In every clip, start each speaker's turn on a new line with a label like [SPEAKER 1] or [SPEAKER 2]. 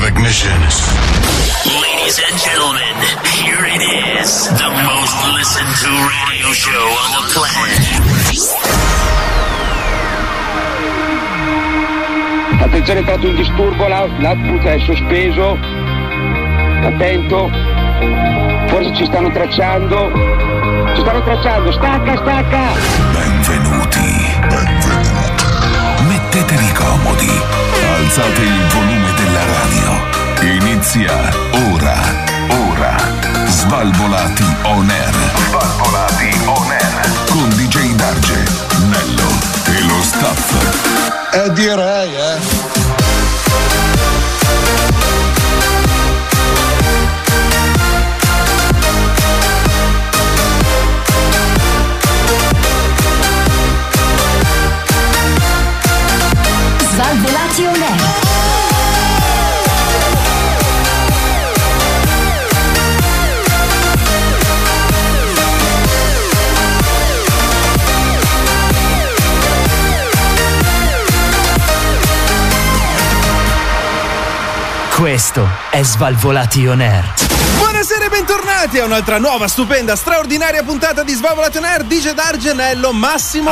[SPEAKER 1] ignition.
[SPEAKER 2] Ladies and gentlemen, here it is, the most listened to radio show on the planet.
[SPEAKER 3] Attenzione, è stato un disturbo, l'output è sospeso. Attento, forse ci stanno tracciando, stacca.
[SPEAKER 1] Benvenuti. Mettetevi comodi, alzate il volume della radio. Inizia ora. Svalvolati on air. Con DJ Darge, Nello e lo staff.
[SPEAKER 4] Direi,
[SPEAKER 5] Svalvolati on air.
[SPEAKER 6] Questo è Svalvolati on air.
[SPEAKER 7] Buonasera e bentornati a un'altra nuova, stupenda, straordinaria puntata di Svalvolati on air. DJ D'Argenello, Massimo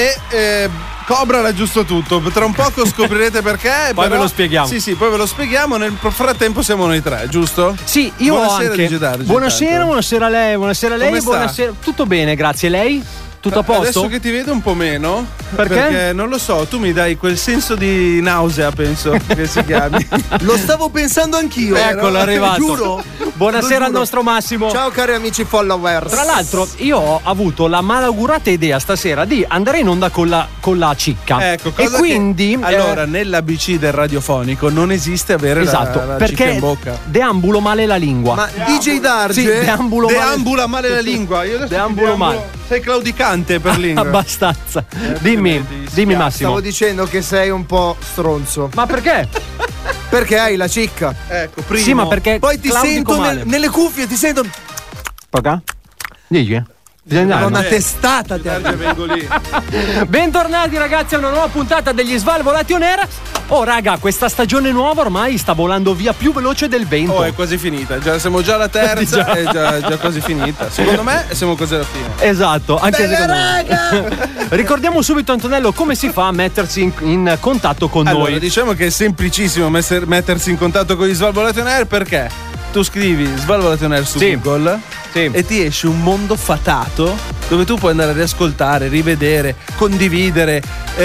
[SPEAKER 7] e Cobra l'aggiusto tutto. Tra un poco scoprirete perché.
[SPEAKER 8] Poi ve lo spieghiamo.
[SPEAKER 7] Sì, poi ve lo spieghiamo. Nel frattempo siamo noi tre, giusto?
[SPEAKER 8] Sì, io
[SPEAKER 7] buonasera,
[SPEAKER 8] ho anche.
[SPEAKER 7] DJ Darge,
[SPEAKER 8] Buonasera a lei.
[SPEAKER 7] Come sta?
[SPEAKER 8] Buonasera. Tutto bene, grazie. Lei? Tutto a posto?
[SPEAKER 7] Adesso che ti vedo un po' meno.
[SPEAKER 8] Perché
[SPEAKER 7] non lo so, tu mi dai quel senso di nausea, penso che si chiami.
[SPEAKER 9] Lo stavo pensando anch'io.
[SPEAKER 8] Eccolo, è arrivato.
[SPEAKER 9] Giuro.
[SPEAKER 8] Buonasera al nostro Massimo.
[SPEAKER 9] Ciao cari amici followers.
[SPEAKER 8] Tra l'altro io ho avuto la malaugurata idea stasera di andare in onda con la cicca.
[SPEAKER 7] Ecco,
[SPEAKER 8] e quindi
[SPEAKER 7] allora nell'ABC del radiofonico non esiste avere la cicca in bocca.
[SPEAKER 8] Deambulo male la lingua.
[SPEAKER 9] Ma DJ Darge
[SPEAKER 8] sì, deambula
[SPEAKER 7] male la lingua. Io adesso
[SPEAKER 8] deambulo male.
[SPEAKER 7] Sei claudicante per lingua.
[SPEAKER 8] Abbastanza. Dimmi Massimo.
[SPEAKER 9] Stavo dicendo che sei un po' stronzo.
[SPEAKER 8] Ma perché?
[SPEAKER 9] Perché hai la cicca.
[SPEAKER 7] Ecco, primo.
[SPEAKER 8] Sì, ma perché
[SPEAKER 9] poi ti sento nelle cuffie, ti sento.
[SPEAKER 8] Paga? Dici?
[SPEAKER 9] Una testata
[SPEAKER 7] vengo lì.
[SPEAKER 8] Bentornati ragazzi a una nuova puntata degli Svalvolati on air. Oh raga, questa stagione nuova ormai sta volando via più veloce del vento.
[SPEAKER 7] Oh, è quasi finita. Siamo già alla terza. È già quasi finita. Secondo me siamo quasi alla fine.
[SPEAKER 8] Esatto, anche
[SPEAKER 9] bene,
[SPEAKER 8] secondo
[SPEAKER 9] raga!
[SPEAKER 8] me. Ricordiamo subito, Antonello, come si fa a mettersi in contatto con
[SPEAKER 7] noi.
[SPEAKER 8] Diciamo
[SPEAKER 7] che è semplicissimo mettersi in contatto con gli Svalvolati on air, perché tu scrivi Svalvolati on air su Google. Sì. E ti esce un mondo fatato dove tu puoi andare a riascoltare, rivedere, condividere,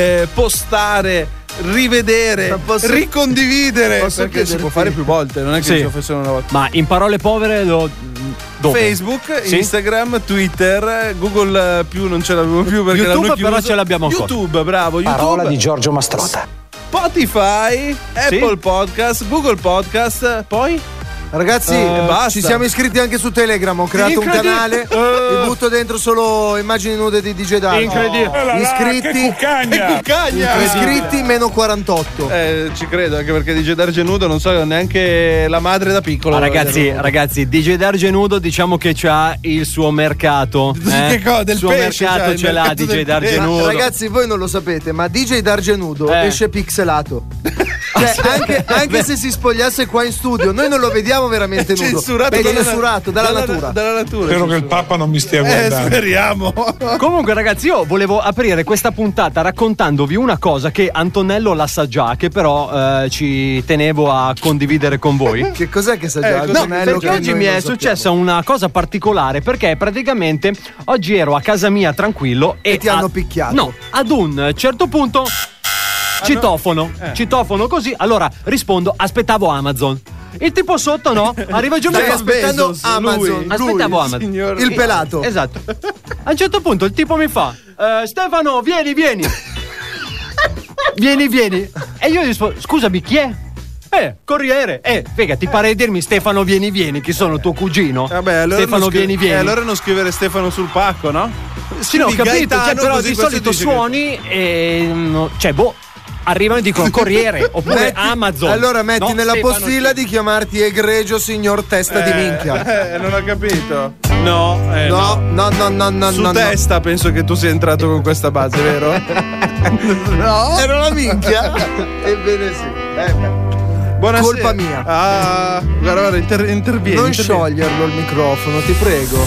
[SPEAKER 7] postare, rivedere, ricondividere. Perché si può fare più volte, non è che si fa solo una volta.
[SPEAKER 8] Ma in parole povere dove?
[SPEAKER 7] Facebook, Instagram, Twitter, Google più non ce l'avevo più perché
[SPEAKER 8] YouTube
[SPEAKER 7] l'hanno chiuso.
[SPEAKER 8] Però ce l'abbiamo ancora.
[SPEAKER 7] YouTube, bravo, YouTube.
[SPEAKER 4] Parola di Giorgio Mastrota.
[SPEAKER 7] Spotify, Apple Podcast, Google Podcast, poi
[SPEAKER 9] ragazzi, ci siamo iscritti anche su Telegram. Ho creato un canale. Vi butto dentro solo immagini nude di DJ Darge.
[SPEAKER 8] Incredibile.
[SPEAKER 9] Iscritti meno 48.
[SPEAKER 7] Ci credo, anche perché DJ Darge nudo non so neanche la madre da piccolo.
[SPEAKER 8] Ragazzi, DJ Darge nudo diciamo che c'ha il suo mercato.
[SPEAKER 7] Del
[SPEAKER 8] suo
[SPEAKER 7] pesce,
[SPEAKER 8] mercato ce l'ha DJ Darge nudo.
[SPEAKER 9] Ragazzi, voi non lo sapete, ma DJ Darge nudo esce pixelato. Cioè, anche se si spogliasse qua in studio, noi non lo vediamo veramente nudo. Censurato dalla natura.
[SPEAKER 4] Spero che il Papa non mi stia guardando.
[SPEAKER 7] Speriamo.
[SPEAKER 8] Comunque, ragazzi, io volevo aprire questa puntata raccontandovi una cosa che Antonello la sa già, che però ci tenevo a condividere con voi.
[SPEAKER 9] Che cos'è che sa già?
[SPEAKER 8] No, perché oggi mi è successa una cosa particolare, perché praticamente oggi ero a casa mia tranquillo e
[SPEAKER 9] ti hanno picchiato.
[SPEAKER 8] No, ad un certo punto citofono così, allora rispondo, aspettavo Amazon. Il tipo sotto, no? Arriva giù,
[SPEAKER 9] stai aspettando Amazon.
[SPEAKER 8] Aspettavo Amazon.
[SPEAKER 9] Il pelato.
[SPEAKER 8] Esatto. A un certo punto il tipo mi fa: Stefano, vieni. vieni. E io gli rispondo: scusami, chi è? Corriere. Figa, ti pare di dirmi Stefano vieni, che sono tuo cugino?
[SPEAKER 7] Vabbè, allora
[SPEAKER 8] Stefano vieni.
[SPEAKER 7] Allora non scrivere Stefano sul pacco, no?
[SPEAKER 8] Sì, no, ho capito, però di solito suoni e arrivano e dicono Corriere oppure Amazon.
[SPEAKER 9] Allora metti nella postilla di chiamarti egregio signor testa di minchia.
[SPEAKER 7] Non ho capito. No. Su
[SPEAKER 9] no.
[SPEAKER 7] testa penso che tu sia entrato con questa base, vero?
[SPEAKER 9] No. Era la minchia. Ebbene sì.
[SPEAKER 7] Buonasera.
[SPEAKER 9] Colpa mia.
[SPEAKER 7] Guarda, intervieni.
[SPEAKER 9] Non scioglierlo il microfono, ti prego.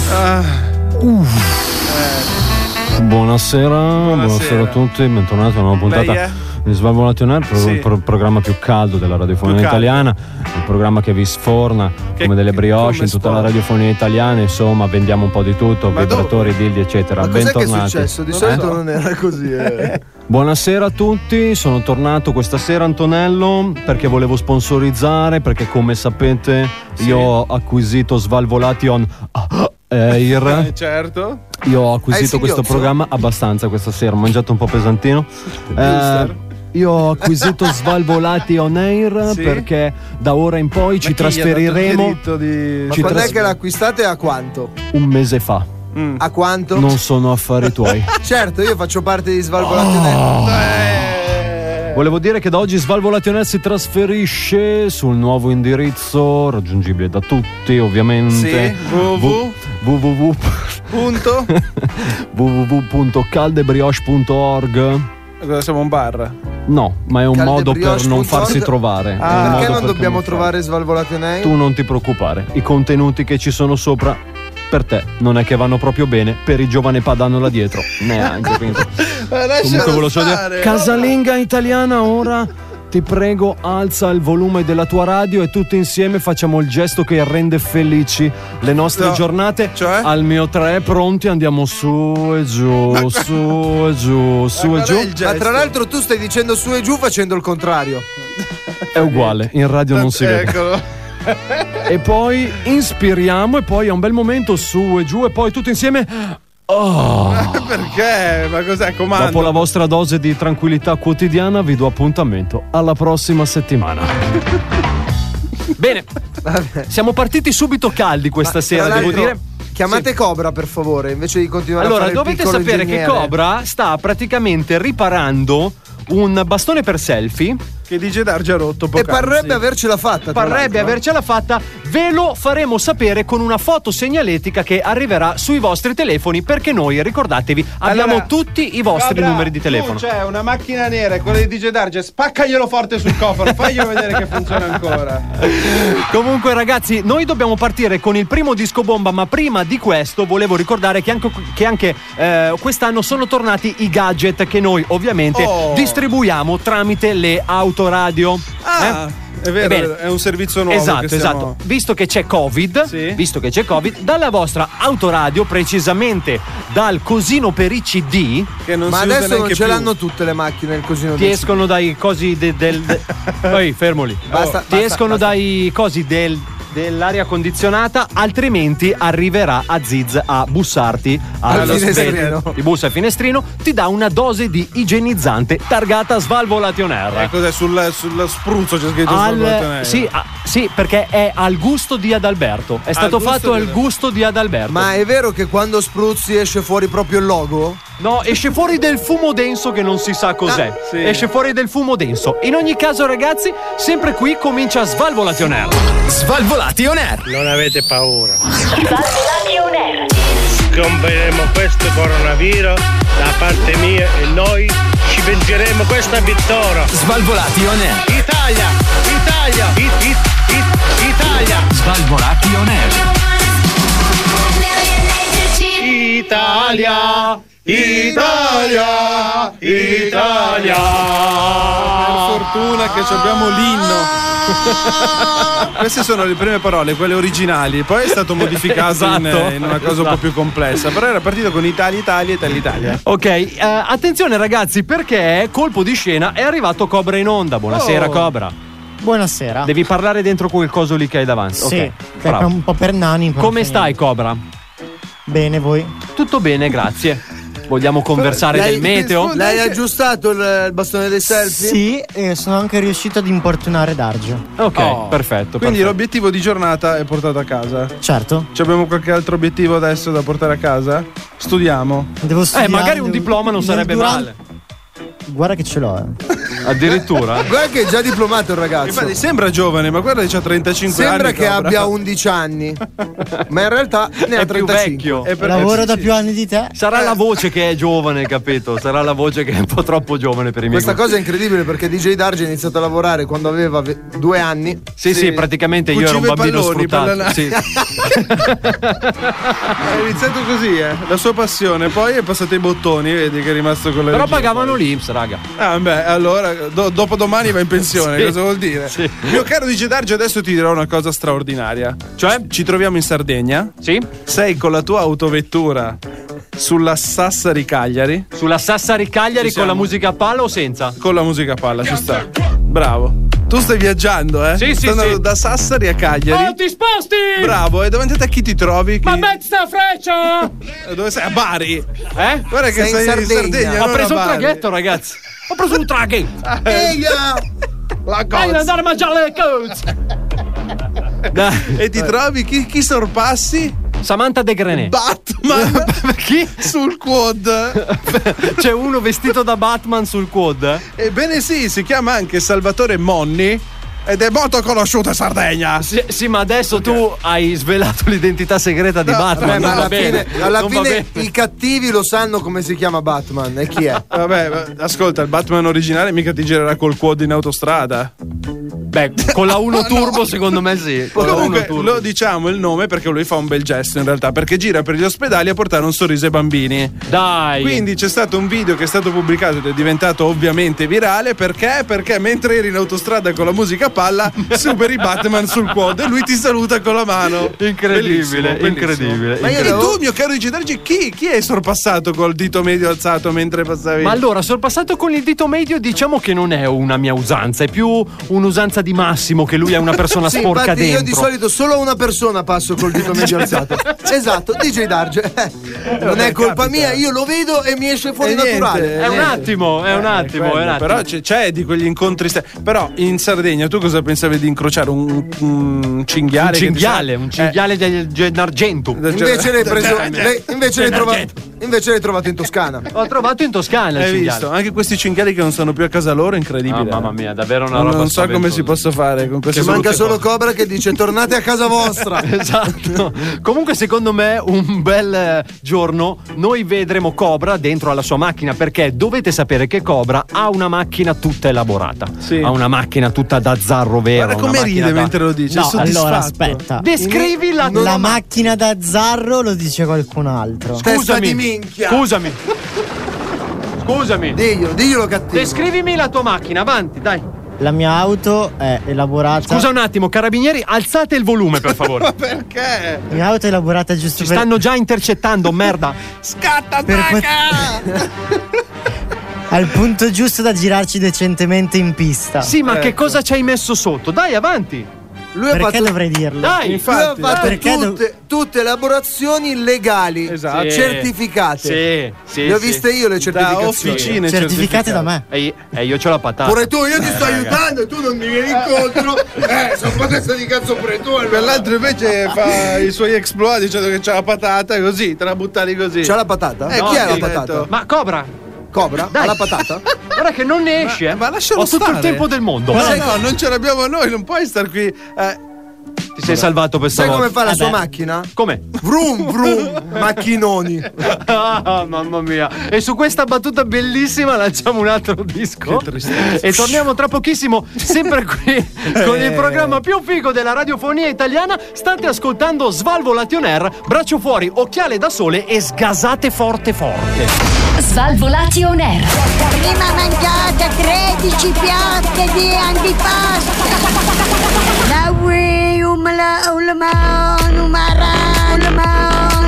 [SPEAKER 8] Buonasera a tutti, bentornati a una nuova puntata di Svalvolation Air, il programma più caldo della radiofonia italiana, il programma che vi sforna come delle brioche in tutta la radiofonia italiana. Insomma, vendiamo un po' di tutto, vibratori, dildi, eccetera.
[SPEAKER 9] Ma cos'è
[SPEAKER 8] bentornati.
[SPEAKER 9] che è successo? Di solito non era così.
[SPEAKER 8] Buonasera a tutti, sono tornato questa sera, Antonello, perché volevo sponsorizzare, perché come sapete io ho acquisito Svalvolation Air.
[SPEAKER 7] Certo.
[SPEAKER 8] Io ho acquisito questo programma abbastanza questa sera, ho mangiato un po' pesantino. Io ho acquisito Svalvolation Air perché da ora in poi ci trasferiremo.
[SPEAKER 9] Ma quando è che l'acquistate e a quanto?
[SPEAKER 8] Un mese fa.
[SPEAKER 9] A quanto?
[SPEAKER 8] Non sono affari tuoi.
[SPEAKER 9] Certo, io faccio parte di Svalvolation Air.
[SPEAKER 8] Volevo dire che da oggi Svalvolation Air si trasferisce sul nuovo indirizzo raggiungibile da tutti, ovviamente. www.caldebrioche.org.
[SPEAKER 7] Cosa siamo, un bar?
[SPEAKER 8] No, ma è un modo per non farsi trovare.
[SPEAKER 9] Perché non dobbiamo trovare Svalvolation Air?
[SPEAKER 8] Tu non ti preoccupare, i contenuti che ci sono sopra per te non è che vanno proprio bene, per i giovani padano là dietro neanche. Comunque ve lo so dire. Casalinga italiana, ora ti prego, alza il volume della tua radio e tutti insieme facciamo il gesto che rende felici le nostre giornate. Cioè? Al mio 3 pronti, andiamo su e giù, su e giù, su e giù.
[SPEAKER 9] Ma tra l'altro tu stai dicendo su e giù facendo il contrario.
[SPEAKER 8] È uguale, in radio non si vede.
[SPEAKER 7] Eccolo.
[SPEAKER 8] E poi inspiriamo e poi a un bel momento su e giù e poi tutti insieme.
[SPEAKER 7] Perché? Ma cos'è? Comando?
[SPEAKER 8] Dopo la vostra dose di tranquillità quotidiana vi do appuntamento alla prossima settimana. Bene, siamo partiti subito caldi questa sera, devo dire.
[SPEAKER 9] Chiamate Cobra per favore, invece di continuare a fare il
[SPEAKER 8] dovete
[SPEAKER 9] piccolo
[SPEAKER 8] sapere
[SPEAKER 9] ingegnere.
[SPEAKER 8] che Cobra sta praticamente riparando un bastone per selfie
[SPEAKER 7] che DJ Darge ha rotto
[SPEAKER 9] e parrebbe avercela fatta.
[SPEAKER 8] Ve lo faremo sapere con una foto segnaletica che arriverà sui vostri telefoni, perché noi, ricordatevi, abbiamo tutti i vostri numeri di telefono.
[SPEAKER 7] C'è una macchina nera e quella di DJ Darge, spaccaglielo forte sul cofano, faglielo vedere che funziona ancora.
[SPEAKER 8] Comunque ragazzi, noi dobbiamo partire con il primo disco bomba, ma prima di questo volevo ricordare che anche quest'anno sono tornati i gadget che noi ovviamente distribuiamo tramite le autoradio.
[SPEAKER 7] È vero, è un servizio nuovo.
[SPEAKER 8] Esatto. Visto che c'è Covid, dalla vostra autoradio, precisamente dal cosino per i CD,
[SPEAKER 7] che non
[SPEAKER 9] ma
[SPEAKER 7] si
[SPEAKER 9] adesso
[SPEAKER 7] usa
[SPEAKER 9] non ce
[SPEAKER 7] più.
[SPEAKER 9] l'hanno tutte le macchine il cosino.
[SPEAKER 8] Ti escono dai cosi Ehi, fermoli. Escono dai cosi dell'aria condizionata, altrimenti arriverà a Ziz a bussarti allo finestrino. Ti bussa al finestrino, ti dà una dose di igienizzante targata Svalvolation Air.
[SPEAKER 7] Cos'è? Sullo spruzzo c'è scritto Svalvolation Air.
[SPEAKER 8] Sì, perché è al gusto di Adalberto. È stato fatto al gusto di Adalberto.
[SPEAKER 9] Ma è vero che quando spruzzi esce fuori proprio il logo?
[SPEAKER 8] No, esce fuori del fumo denso che non si sa cos'è.
[SPEAKER 7] Sì.
[SPEAKER 8] Esce fuori del fumo denso. In ogni caso, ragazzi, sempre qui comincia Svalvolation Air.
[SPEAKER 6] Svalvolation Air.
[SPEAKER 10] Non avete paura.
[SPEAKER 5] Svalvolation Air.
[SPEAKER 10] Scomperemo questo coronavirus da parte mia e noi ci vengeremo questa vittoria.
[SPEAKER 6] Svalvolation Air.
[SPEAKER 10] Italia!
[SPEAKER 6] Svalvolation Air.
[SPEAKER 10] Italia!
[SPEAKER 7] Per fortuna che abbiamo l'inno. Queste sono le prime parole, quelle originali. Poi è stato modificato in una cosa un po' più complessa. Però era partito con Italia.
[SPEAKER 8] Ok, attenzione ragazzi, perché colpo di scena è arrivato Cobra in onda. Buonasera Cobra.
[SPEAKER 11] Buonasera.
[SPEAKER 8] Devi parlare dentro quel coso lì che hai davanti.
[SPEAKER 11] Sì,
[SPEAKER 8] okay,
[SPEAKER 11] è un po' per nani.
[SPEAKER 8] Come stai Cobra?
[SPEAKER 11] Bene, voi?
[SPEAKER 8] Tutto bene, grazie. Vogliamo conversare del meteo?
[SPEAKER 9] L'hai aggiustato il bastone dei selfie?
[SPEAKER 11] Sì, e sono anche riuscito ad importunare Dargio.
[SPEAKER 8] Ok, perfetto.
[SPEAKER 7] Quindi l'obiettivo di giornata è portato a casa?
[SPEAKER 11] Certo.
[SPEAKER 7] Abbiamo qualche altro obiettivo adesso da portare a casa? Studiamo.
[SPEAKER 11] Devo studiare.
[SPEAKER 8] Magari un diploma non sarebbe male.
[SPEAKER 11] Guarda che ce l'ho,
[SPEAKER 8] Addirittura?
[SPEAKER 9] Guarda che è già diplomato il ragazzo.
[SPEAKER 7] Infatti sembra giovane, ma guarda che ha 35 anni.
[SPEAKER 9] Sembra che abbia 11 anni, ma in realtà ne ha 35.
[SPEAKER 8] Più vecchio.
[SPEAKER 11] Lavoro da più anni di te.
[SPEAKER 8] Sarà la voce che è giovane, capito? Sarà la voce che è un po' troppo giovane per i miei
[SPEAKER 9] Questa
[SPEAKER 8] gusti.
[SPEAKER 9] cosa è incredibile perché DJ Darge ha iniziato a lavorare quando aveva 2 anni.
[SPEAKER 8] Sì, praticamente io ero un bambino sfruttato. Sì.
[SPEAKER 7] È iniziato così, la sua passione, poi è passato ai bottoni, vedi che è rimasto con la
[SPEAKER 8] Però
[SPEAKER 7] regia.
[SPEAKER 8] pagavano l'Inps, raga.
[SPEAKER 7] Beh, allora dopo domani va in pensione.
[SPEAKER 8] Sì.
[SPEAKER 7] Cosa vuol dire?
[SPEAKER 8] Sì.
[SPEAKER 7] Mio caro DJ Darge, adesso ti dirò una cosa straordinaria.
[SPEAKER 8] Cioè?
[SPEAKER 7] Ci troviamo in Sardegna.
[SPEAKER 8] Sì.
[SPEAKER 7] Sei con la tua autovettura sulla Sassari-Cagliari.
[SPEAKER 8] Sulla Sassari-Cagliari con la musica a palla o senza?
[SPEAKER 7] Con la musica a palla, ci sta. Bravo. Tu stai viaggiando,
[SPEAKER 8] Sì,
[SPEAKER 7] Stai andando da Sassari a Cagliari.
[SPEAKER 8] Oh, ti sposti!
[SPEAKER 7] Bravo, e davanti a te chi ti trovi?
[SPEAKER 8] Ma metti sta freccia!
[SPEAKER 7] Dove sei? A Bari?
[SPEAKER 8] Guarda
[SPEAKER 7] che sei in Sardegna.
[SPEAKER 8] Ho preso un
[SPEAKER 7] non a Bari.
[SPEAKER 8] traghetto, ragazzi. Ho preso un traghetto.
[SPEAKER 7] La
[SPEAKER 8] Vai ad andare a mangiare le cose.
[SPEAKER 7] E ti trovi chi sorpassi?
[SPEAKER 8] Samantha De Grenet.
[SPEAKER 7] Batman.
[SPEAKER 8] Chi?
[SPEAKER 7] Sul quad.
[SPEAKER 8] C'è uno vestito da Batman sul quad?
[SPEAKER 7] Ebbene sì, si chiama anche Salvatore Monni ed è molto conosciuto in Sardegna.
[SPEAKER 8] Sì, ma adesso tu hai svelato l'identità segreta di Batman.
[SPEAKER 9] Ma alla
[SPEAKER 8] Non va
[SPEAKER 9] fine
[SPEAKER 8] bene.
[SPEAKER 9] i cattivi lo sanno come si chiama Batman e chi è.
[SPEAKER 7] Vabbè, ascolta, il Batman originale mica ti girerà col quad in autostrada.
[SPEAKER 8] Beh, con la 1 Turbo secondo me sì. Con la 1
[SPEAKER 7] Comunque
[SPEAKER 8] Turbo.
[SPEAKER 7] lo diciamo il nome perché lui fa un bel gesto in realtà, perché gira per gli ospedali a portare un sorriso ai bambini.
[SPEAKER 8] Dai.
[SPEAKER 7] Quindi c'è stato un video che è stato pubblicato ed è diventato ovviamente virale perché mentre eri in autostrada con la musica a palla superi Batman sul quad e lui ti saluta con la mano.
[SPEAKER 8] Incredibile,
[SPEAKER 7] Bellissimo.
[SPEAKER 8] incredibile.
[SPEAKER 7] Ma e tu, mio caro Igidargi, chi è sorpassato col dito medio alzato mentre passavi?
[SPEAKER 8] Ma allora, sorpassato con il dito medio, diciamo che non è una mia usanza, è più un'usanza di Massimo, che lui è una persona
[SPEAKER 9] Sì,
[SPEAKER 8] sporca
[SPEAKER 9] infatti
[SPEAKER 8] dentro.
[SPEAKER 9] io di solito solo una persona passo col dito medio alzato. Esatto, DJ Darge. Non è colpa mia, io lo vedo e mi esce fuori naturale.
[SPEAKER 8] È un attimo.
[SPEAKER 7] Però c'è di quegli incontri. Però in Sardegna tu cosa pensavi di incrociare? Un cinghiale?
[SPEAKER 8] Un cinghiale del Gennargentu.
[SPEAKER 9] Invece l'hai preso. Invece l'hai trovato in Toscana.
[SPEAKER 8] Ho trovato in Toscana il
[SPEAKER 7] Hai
[SPEAKER 8] cinghiale.
[SPEAKER 7] visto? Anche questi cinghiali che non sono più a casa loro, incredibile.
[SPEAKER 8] Mamma mia, davvero una roba.
[SPEAKER 7] Non so come si possa fare con queste
[SPEAKER 9] Ci manca
[SPEAKER 7] brutte
[SPEAKER 9] solo Cobra che dice tornate a casa vostra.
[SPEAKER 8] Esatto. Comunque secondo me un bel giorno noi vedremo Cobra dentro alla sua macchina, perché dovete sapere che Cobra ha una macchina tutta elaborata.
[SPEAKER 7] Sì.
[SPEAKER 8] Ha una macchina tutta da zarro vero.
[SPEAKER 7] Guarda come ride mentre lo dice.
[SPEAKER 11] No,
[SPEAKER 7] è soddisfatto.
[SPEAKER 11] allora aspetta.
[SPEAKER 8] Descrivi
[SPEAKER 11] la macchina da zarro lo dice qualcun altro.
[SPEAKER 9] Testa di minchia.
[SPEAKER 8] Scusami.
[SPEAKER 9] Diglielo cattivo.
[SPEAKER 8] Descrivimi la tua macchina, avanti, dai.
[SPEAKER 11] La mia auto è elaborata.
[SPEAKER 8] Scusa un attimo, carabinieri, alzate il volume, per favore.
[SPEAKER 7] Ma perché?
[SPEAKER 11] La mia auto è elaborata giusto
[SPEAKER 8] Ci stanno già intercettando, merda.
[SPEAKER 7] Scatta,
[SPEAKER 11] al punto giusto da girarci decentemente in pista.
[SPEAKER 8] Sì, ma che cosa ci hai messo sotto? Dai, avanti.
[SPEAKER 9] Lui ha
[SPEAKER 11] Perché
[SPEAKER 9] fatto,
[SPEAKER 11] dovrei dirlo?
[SPEAKER 8] Dai,
[SPEAKER 7] infatti.
[SPEAKER 9] lui ha fatto
[SPEAKER 11] Perché
[SPEAKER 9] tutte elaborazioni legali,
[SPEAKER 7] Esatto.
[SPEAKER 9] certificate.
[SPEAKER 8] Sì,
[SPEAKER 9] Le ho viste io le
[SPEAKER 7] Da
[SPEAKER 9] certificazioni.
[SPEAKER 7] officine
[SPEAKER 11] certificate da me.
[SPEAKER 8] E io c'ho la patata.
[SPEAKER 9] Pure tu, io ti sto aiutando e tu non mi vieni incontro. Sono potesse di cazzo pure tu.
[SPEAKER 7] Per l'altro invece fa i suoi exploit dicendo che c'ha la patata, così te la buttavi così.
[SPEAKER 9] C'ha la patata?
[SPEAKER 7] No,
[SPEAKER 9] Chi è la
[SPEAKER 7] sì,
[SPEAKER 9] patata?
[SPEAKER 7] detto.
[SPEAKER 8] Ma Cobra,
[SPEAKER 9] Cobra?
[SPEAKER 8] Dai.
[SPEAKER 9] Ha la patata?
[SPEAKER 8] guarda che non ne esci,
[SPEAKER 7] Ma lascialo
[SPEAKER 8] Ho tutto
[SPEAKER 7] stare.
[SPEAKER 8] il tempo del mondo.
[SPEAKER 7] Ma no, non ce l'abbiamo noi, non puoi star qui.
[SPEAKER 8] Ti sei salvato per
[SPEAKER 9] Sai
[SPEAKER 8] stavolta.
[SPEAKER 9] come fa la sua macchina?
[SPEAKER 8] Come?
[SPEAKER 9] Vrum vrum, macchinoni.
[SPEAKER 8] Ah, mamma mia. E su questa battuta bellissima lanciamo un altro disco e torniamo tra pochissimo, sempre qui con il programma più figo della radiofonia italiana. State ascoltando Svalvolation Air, braccio fuori, occhiale da sole e sgasate forte forte.
[SPEAKER 5] Svalvolation Air.
[SPEAKER 12] Prima mangiate 13 piatte di antipasto. Nawi umla ulma umara ulma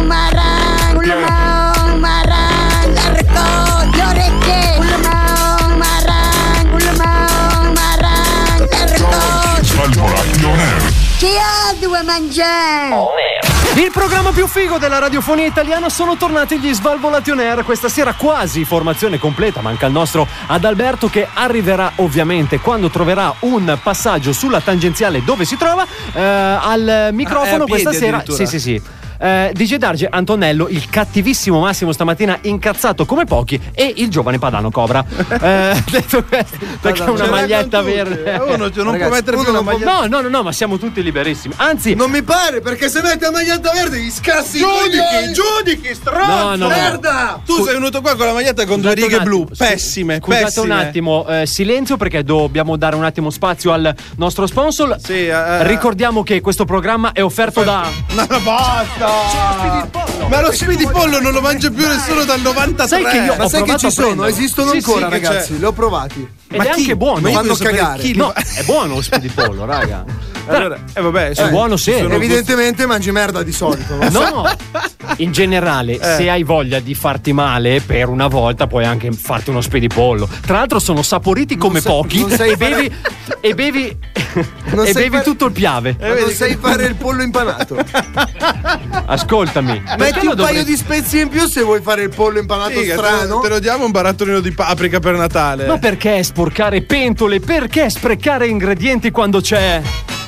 [SPEAKER 12] umara l'arco le orecchie ulma umara l'arco.
[SPEAKER 1] Svalvolation Air.
[SPEAKER 12] Chi ha due mangiare?
[SPEAKER 8] Il programma più figo della radiofonia italiana, sono tornati gli Svalvolation Air. Questa sera quasi formazione completa, manca il nostro Adalberto che arriverà ovviamente quando troverà un passaggio sulla tangenziale dove si trova al microfono
[SPEAKER 7] a piedi
[SPEAKER 8] questa sera.
[SPEAKER 7] addirittura.
[SPEAKER 8] Sì. DJ Darge, Antonello, il cattivissimo Massimo stamattina incazzato come pochi e il giovane Padano Cobra. Detto questo, perché una maglietta verde.
[SPEAKER 7] Non può mettere più una maglietta.
[SPEAKER 8] No, ma siamo tutti liberissimi. Anzi,
[SPEAKER 9] non mi pare, perché se mette la maglietta verde gli scassi. Giudichi, stronzo, merda.
[SPEAKER 7] Tu sei venuto qua con la maglietta con due righe blu, pessime.
[SPEAKER 8] Scusate un attimo, silenzio, perché dobbiamo dare un attimo spazio al nostro sponsor.
[SPEAKER 7] Sì,
[SPEAKER 8] ricordiamo che questo programma è offerto da.
[SPEAKER 7] No, basta! Ma lo spidipollo non lo mangia più nessuno dal 93.
[SPEAKER 9] Sai che io sai che ci sono? Esistono ancora, ragazzi. Li ho provati.
[SPEAKER 8] Ed è anche buono.
[SPEAKER 9] Mi fanno cagare.
[SPEAKER 8] No, è buono lo spidipollo, raga.
[SPEAKER 7] Allora, vabbè,
[SPEAKER 8] è buono, sì.
[SPEAKER 9] Evidentemente mangi merda di solito.
[SPEAKER 8] No, in generale, se hai voglia di farti male, per una volta puoi anche farti uno spedipollo. Tra l'altro sono saporiti come pochi e bevi tutto il piave.
[SPEAKER 9] Non sai fare il pollo impanato.
[SPEAKER 8] Ascoltami,
[SPEAKER 9] metti un paio di spezie in più se vuoi fare il pollo impanato strano.
[SPEAKER 7] Te lo diamo un barattolino di paprika per Natale.
[SPEAKER 8] Ma perché sporcare pentole? Perché sprecare ingredienti quando c'è?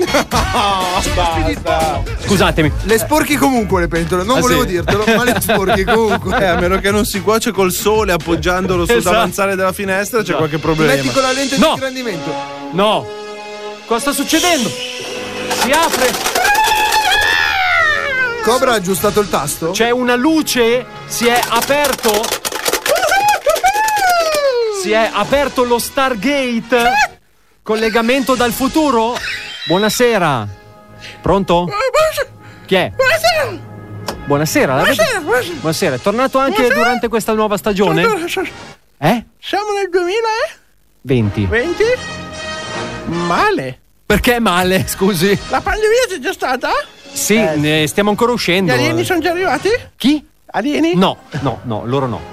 [SPEAKER 8] Scusatemi.
[SPEAKER 9] Le sporchi comunque le pentole. Non volevo dirtelo, ma le sporchi comunque.
[SPEAKER 7] A meno che non si cuoce col sole appoggiandolo sul davanzale della finestra, c'è qualche problema.
[SPEAKER 9] Metti con la lente di ingrandimento.
[SPEAKER 8] No. Cosa sta succedendo? Si apre.
[SPEAKER 9] Cobra ha aggiustato il tasto?
[SPEAKER 8] C'è una luce. Si è aperto. Si è aperto lo Stargate. Collegamento dal futuro. Buonasera. Pronto? Chi è? Buonasera. Buonasera. È tornato anche durante questa nuova stagione?
[SPEAKER 10] Siamo nel
[SPEAKER 8] 2020.
[SPEAKER 10] Male.
[SPEAKER 8] Perché male, scusi?
[SPEAKER 10] La pandemia c'è già stata?
[SPEAKER 8] Sì, ne stiamo ancora uscendo.
[SPEAKER 10] Gli alieni sono già arrivati?
[SPEAKER 8] Chi?
[SPEAKER 10] Alieni?
[SPEAKER 8] No, loro no.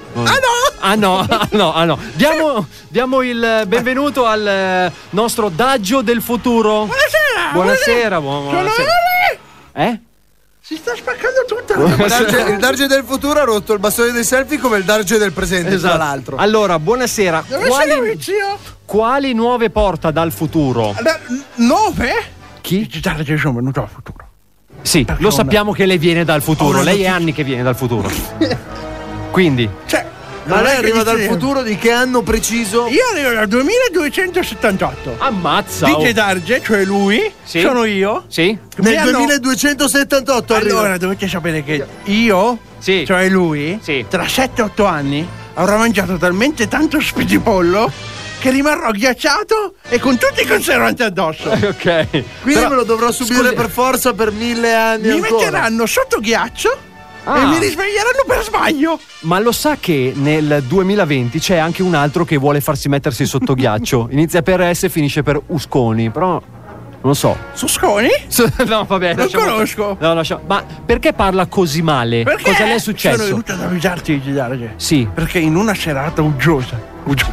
[SPEAKER 8] No. Diamo il benvenuto al nostro Daggio del futuro.
[SPEAKER 10] Buonasera.
[SPEAKER 8] Buonasera.
[SPEAKER 10] Si sta spaccando tutto.
[SPEAKER 9] Il Darge del futuro ha rotto il bastone dei selfie come il Darge del presente,
[SPEAKER 8] esatto.
[SPEAKER 9] Tra l'altro.
[SPEAKER 8] Allora, buonasera. Quali nuove porta dal futuro?
[SPEAKER 10] 9?
[SPEAKER 8] Chi?
[SPEAKER 10] Darge sono venuto al futuro.
[SPEAKER 8] Sì, lo sappiamo che lei viene dal futuro. Lei è anni che viene dal futuro. Quindi,
[SPEAKER 9] ma lei arriva dal futuro di che anno preciso?
[SPEAKER 10] Io arrivo dal 2278.
[SPEAKER 8] Ammazza.
[SPEAKER 10] DJ Darge, cioè lui, sono io.
[SPEAKER 8] Sì.
[SPEAKER 9] Nel 2278
[SPEAKER 10] Allora dovete sapere che io, cioè lui, tra 7-8 anni avrò mangiato talmente tanto spedipollo che rimarrò ghiacciato e con tutti i conservanti addosso.
[SPEAKER 8] Ok.
[SPEAKER 9] Quindi me lo dovrò subire per forza per 1000 anni
[SPEAKER 10] mi
[SPEAKER 9] ancora.
[SPEAKER 10] metteranno sotto ghiaccio e mi risveglieranno per sbaglio.
[SPEAKER 8] Ma lo sa che nel 2020 c'è anche un altro che vuole farsi mettersi sotto ghiaccio. Inizia per S e finisce per Usconi, però non lo so.
[SPEAKER 10] Susconi?
[SPEAKER 8] No, vabbè.
[SPEAKER 10] Non conosco.
[SPEAKER 8] No, ma perché parla così male?
[SPEAKER 10] Perché?
[SPEAKER 8] Cosa le è successo?
[SPEAKER 10] Sono venuto ad avvisarti di Darge.
[SPEAKER 8] Sì.
[SPEAKER 10] Perché in una serata uggiosa.